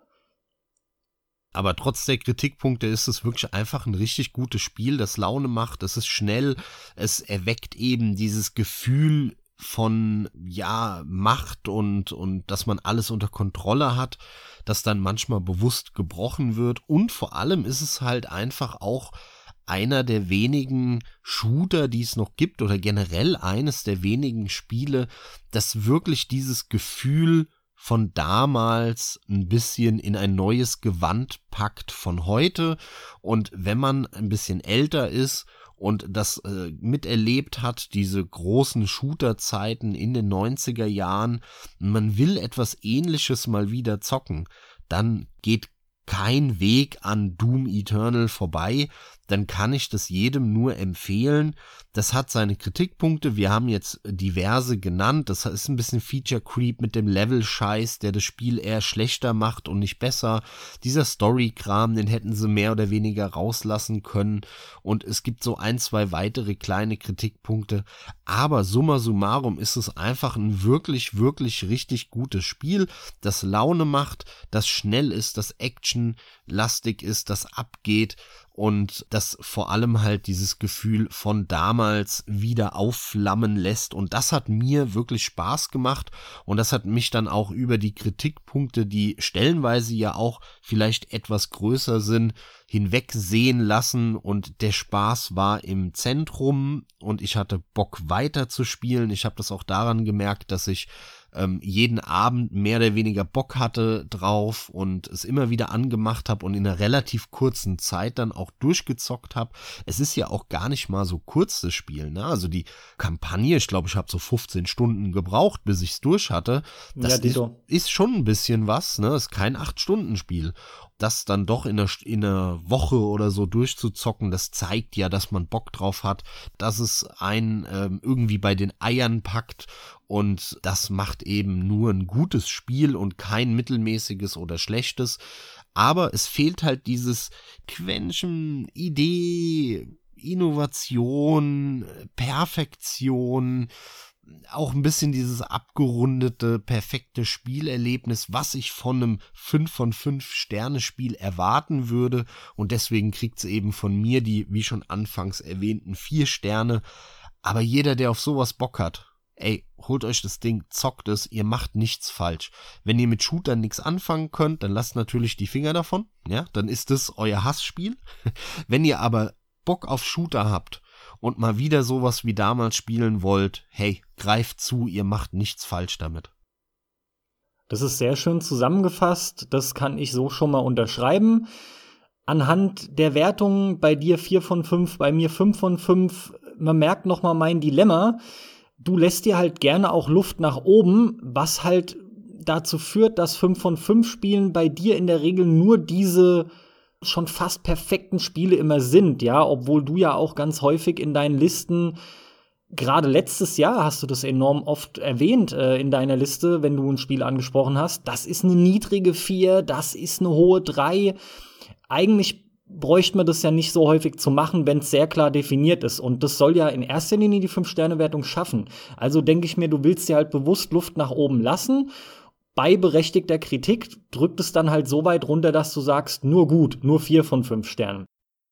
Aber trotz der Kritikpunkte ist es wirklich einfach ein richtig gutes Spiel, das Laune macht, es ist schnell, es erweckt eben dieses Gefühl von, ja, Macht und dass man alles unter Kontrolle hat, das dann manchmal bewusst gebrochen wird. Und vor allem ist es halt einfach auch einer der wenigen Shooter, die es noch gibt, oder generell eines der wenigen Spiele, das wirklich dieses Gefühl von damals ein bisschen in ein neues Gewand packt von heute. Und wenn man ein bisschen älter ist und das miterlebt hat, diese großen Shooter-Zeiten in den 90er Jahren, man will etwas Ähnliches mal wieder zocken, dann geht kein Weg an Doom Eternal vorbei, dann kann ich das jedem nur empfehlen. Das hat seine Kritikpunkte, wir haben jetzt diverse genannt, das ist ein bisschen Feature Creep mit dem Level-Scheiß, der das Spiel eher schlechter macht und nicht besser. Dieser Story-Kram, den hätten sie mehr oder weniger rauslassen können, und es gibt so ein, zwei weitere kleine Kritikpunkte, aber summa summarum ist es einfach ein wirklich, wirklich richtig gutes Spiel, das Laune macht, das schnell ist, das actionlastig ist, das abgeht und das vor allem halt dieses Gefühl von damals wieder aufflammen lässt, und das hat mir wirklich Spaß gemacht, und das hat mich dann auch über die Kritikpunkte, die stellenweise ja auch vielleicht etwas größer sind, hinwegsehen lassen, und der Spaß war im Zentrum und ich hatte Bock weiter zu spielen. Ich habe das auch daran gemerkt, dass ich jeden Abend mehr oder weniger Bock hatte drauf und es immer wieder angemacht habe und in einer relativ kurzen Zeit dann auch durchgezockt habe. Es ist ja auch gar nicht mal so kurz, das Spiel, ne? Also die Kampagne, ich glaube, ich habe so 15 Stunden gebraucht, bis ich es durch hatte. Das ist schon ein bisschen was, ne? Das ist kein 8-Stunden-Spiel. Das dann doch in einer Woche oder so durchzuzocken, das zeigt ja, dass man Bock drauf hat, dass es einen irgendwie bei den Eiern packt, und das macht eben nur ein gutes Spiel und kein mittelmäßiges oder schlechtes. Aber es fehlt halt dieses Quäntchen Idee, Innovation, Perfektion, auch ein bisschen dieses abgerundete, perfekte Spielerlebnis, was ich von einem 5 von 5 Sterne-Spiel erwarten würde, und deswegen kriegt es eben von mir die, wie schon anfangs erwähnten, 4 Sterne, aber jeder, der auf sowas Bock hat, ey, holt euch das Ding, zockt es, ihr macht nichts falsch. Wenn ihr mit Shootern nichts anfangen könnt, dann lasst natürlich die Finger davon, ja, dann ist das euer Hassspiel. Wenn ihr aber Bock auf Shooter habt und mal wieder sowas wie damals spielen wollt, hey, greift zu, ihr macht nichts falsch damit. Das ist sehr schön zusammengefasst, das kann ich so schon mal unterschreiben. Anhand der Wertungen bei dir 4 von 5, bei mir 5 von 5, man merkt noch mal mein Dilemma. Du lässt dir halt gerne auch Luft nach oben, was halt dazu führt, dass 5 von 5 Spielen bei dir in der Regel nur diese schon fast perfekten Spiele immer sind, ja, obwohl du ja auch ganz häufig in deinen Listen, gerade letztes Jahr hast du das enorm oft erwähnt in deiner Liste, wenn du ein Spiel angesprochen hast, das ist eine niedrige 4, das ist eine hohe 3. Eigentlich bräuchte man das ja nicht so häufig zu machen, wenn es sehr klar definiert ist. Und das soll ja in erster Linie die 5-Sterne-Wertung schaffen. Also denke ich mir, du willst dir halt bewusst Luft nach oben lassen. Bei berechtigter Kritik drückt es dann halt so weit runter, dass du sagst, nur gut, nur 4 von 5 Sternen.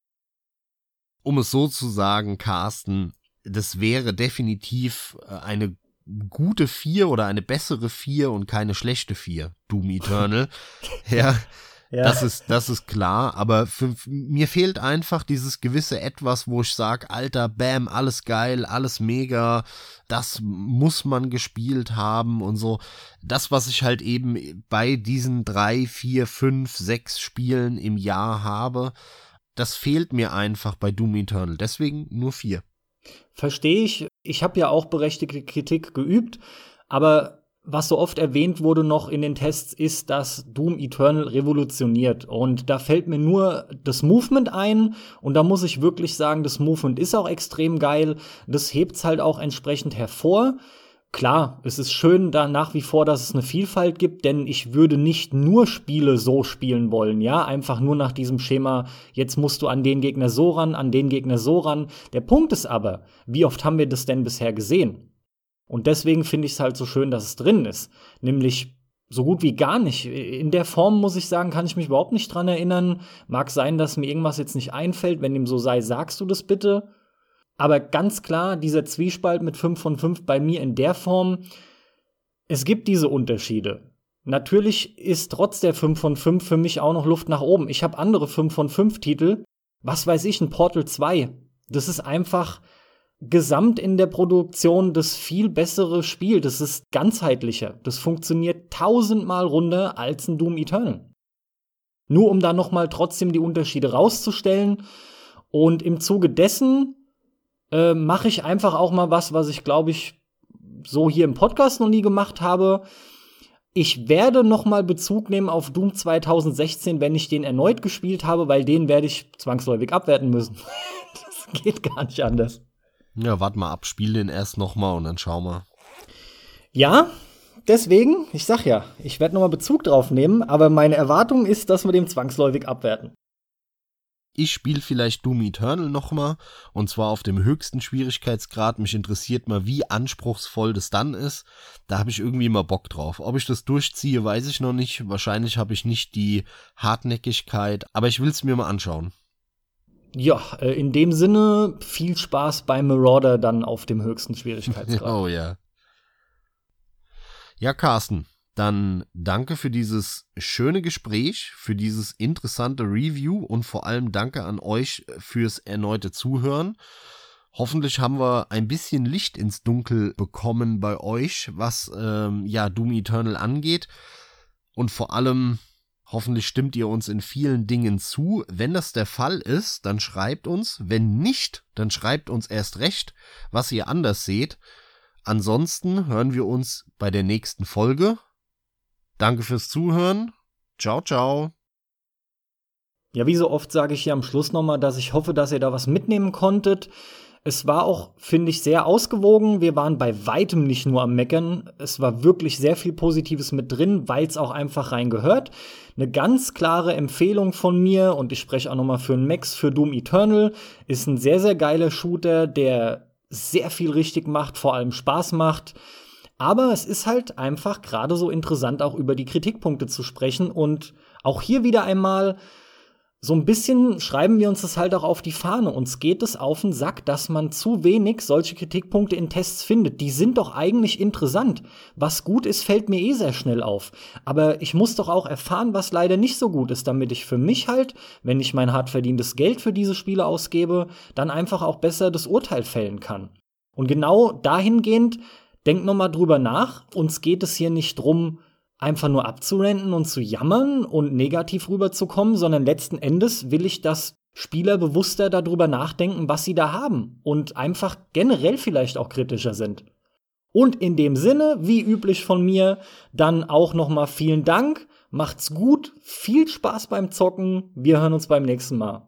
Um es so zu sagen, Carsten, das wäre definitiv eine gute 4 oder eine bessere 4 und keine schlechte 4, Doom Eternal. Ja. Ja. Das ist klar, aber mir fehlt einfach dieses gewisse Etwas, wo ich sage, Alter, bam, alles geil, alles mega, das muss man gespielt haben und so. Das, was ich halt eben bei diesen 3, 4, 5, 6 Spielen im Jahr habe, das fehlt mir einfach bei Doom Eternal. Deswegen nur 4. Verstehe ich. Ich habe ja auch berechtigte Kritik geübt, aber was so oft erwähnt wurde noch in den Tests, ist, dass Doom Eternal revolutioniert. Und da fällt mir nur das Movement ein. Und da muss ich wirklich sagen, das Movement ist auch extrem geil. Das hebt's halt auch entsprechend hervor. Klar, es ist schön da nach wie vor, dass es eine Vielfalt gibt, denn ich würde nicht nur Spiele so spielen wollen, ja, einfach nur nach diesem Schema, jetzt musst du an den Gegner so ran, an den Gegner so ran. Der Punkt ist aber, wie oft haben wir das denn bisher gesehen? Und deswegen finde ich es halt so schön, dass es drin ist. Nämlich so gut wie gar nicht. In der Form, muss ich sagen, kann ich mich überhaupt nicht dran erinnern. Mag sein, dass mir irgendwas jetzt nicht einfällt. Wenn dem so sei, sagst du das bitte. Aber ganz klar, dieser Zwiespalt mit 5 von 5 bei mir in der Form, es gibt diese Unterschiede. Natürlich ist trotz der 5 von 5 für mich auch noch Luft nach oben. Ich habe andere 5 von 5 Titel. Was weiß ich, ein Portal 2. Das ist einfach gesamt in der Produktion das viel bessere Spiel. Das ist ganzheitlicher. Das funktioniert 1000-mal runder als ein Doom Eternal. Nur um da noch mal trotzdem die Unterschiede rauszustellen. Und im Zuge dessen mache ich einfach auch mal was ich, glaube ich, so hier im Podcast noch nie gemacht habe. Ich werde noch mal Bezug nehmen auf Doom 2016, wenn ich den erneut gespielt habe, weil den werde ich zwangsläufig abwerten müssen. Das geht gar nicht anders. Ja, warte mal ab, spiel den erst noch mal und dann schauen wir. Ja, deswegen, ich sag ja, ich werde noch mal Bezug drauf nehmen, aber meine Erwartung ist, dass wir den zwangsläufig abwerten. Ich spiele vielleicht Doom Eternal noch mal, und zwar auf dem höchsten Schwierigkeitsgrad. Mich interessiert mal, wie anspruchsvoll das dann ist. Da habe ich irgendwie mal Bock drauf. Ob ich das durchziehe, weiß ich noch nicht. Wahrscheinlich habe ich nicht die Hartnäckigkeit, aber ich will es mir mal anschauen. Ja, in dem Sinne, viel Spaß bei Marauder dann auf dem höchsten Schwierigkeitsgrad. Oh ja. Ja, Carsten, dann danke für dieses schöne Gespräch, für dieses interessante Review und vor allem danke an euch fürs erneute Zuhören. Hoffentlich haben wir ein bisschen Licht ins Dunkel bekommen bei euch, was Doom Eternal angeht. Und vor allem hoffentlich stimmt ihr uns in vielen Dingen zu. Wenn das der Fall ist, dann schreibt uns. Wenn nicht, dann schreibt uns erst recht, was ihr anders seht. Ansonsten hören wir uns bei der nächsten Folge. Danke fürs Zuhören. Ciao, ciao. Ja, wie so oft sage ich hier am Schluss nochmal, dass ich hoffe, dass ihr da was mitnehmen konntet. Es war auch, finde ich, sehr ausgewogen. Wir waren bei weitem nicht nur am Meckern. Es war wirklich sehr viel Positives mit drin, weil es auch einfach reingehört. Eine ganz klare Empfehlung von mir, und ich spreche auch noch mal für einen Max, für Doom Eternal, ist ein sehr, sehr geiler Shooter, der sehr viel richtig macht, vor allem Spaß macht. Aber es ist halt einfach gerade so interessant, auch über die Kritikpunkte zu sprechen. Und auch hier wieder einmal so ein bisschen schreiben wir uns das halt auch auf die Fahne. Uns geht es auf den Sack, dass man zu wenig solche Kritikpunkte in Tests findet. Die sind doch eigentlich interessant. Was gut ist, fällt mir sehr schnell auf. Aber ich muss doch auch erfahren, was leider nicht so gut ist, damit ich für mich halt, wenn ich mein hart verdientes Geld für diese Spiele ausgebe, dann einfach auch besser das Urteil fällen kann. Und genau dahingehend, denkt noch mal drüber nach. Uns geht es hier nicht drum, einfach nur abzuranten und zu jammern und negativ rüberzukommen, sondern letzten Endes will ich, dass Spieler bewusster darüber nachdenken, was sie da haben und einfach generell vielleicht auch kritischer sind. Und in dem Sinne, wie üblich von mir, dann auch noch mal vielen Dank, macht's gut, viel Spaß beim Zocken, wir hören uns beim nächsten Mal.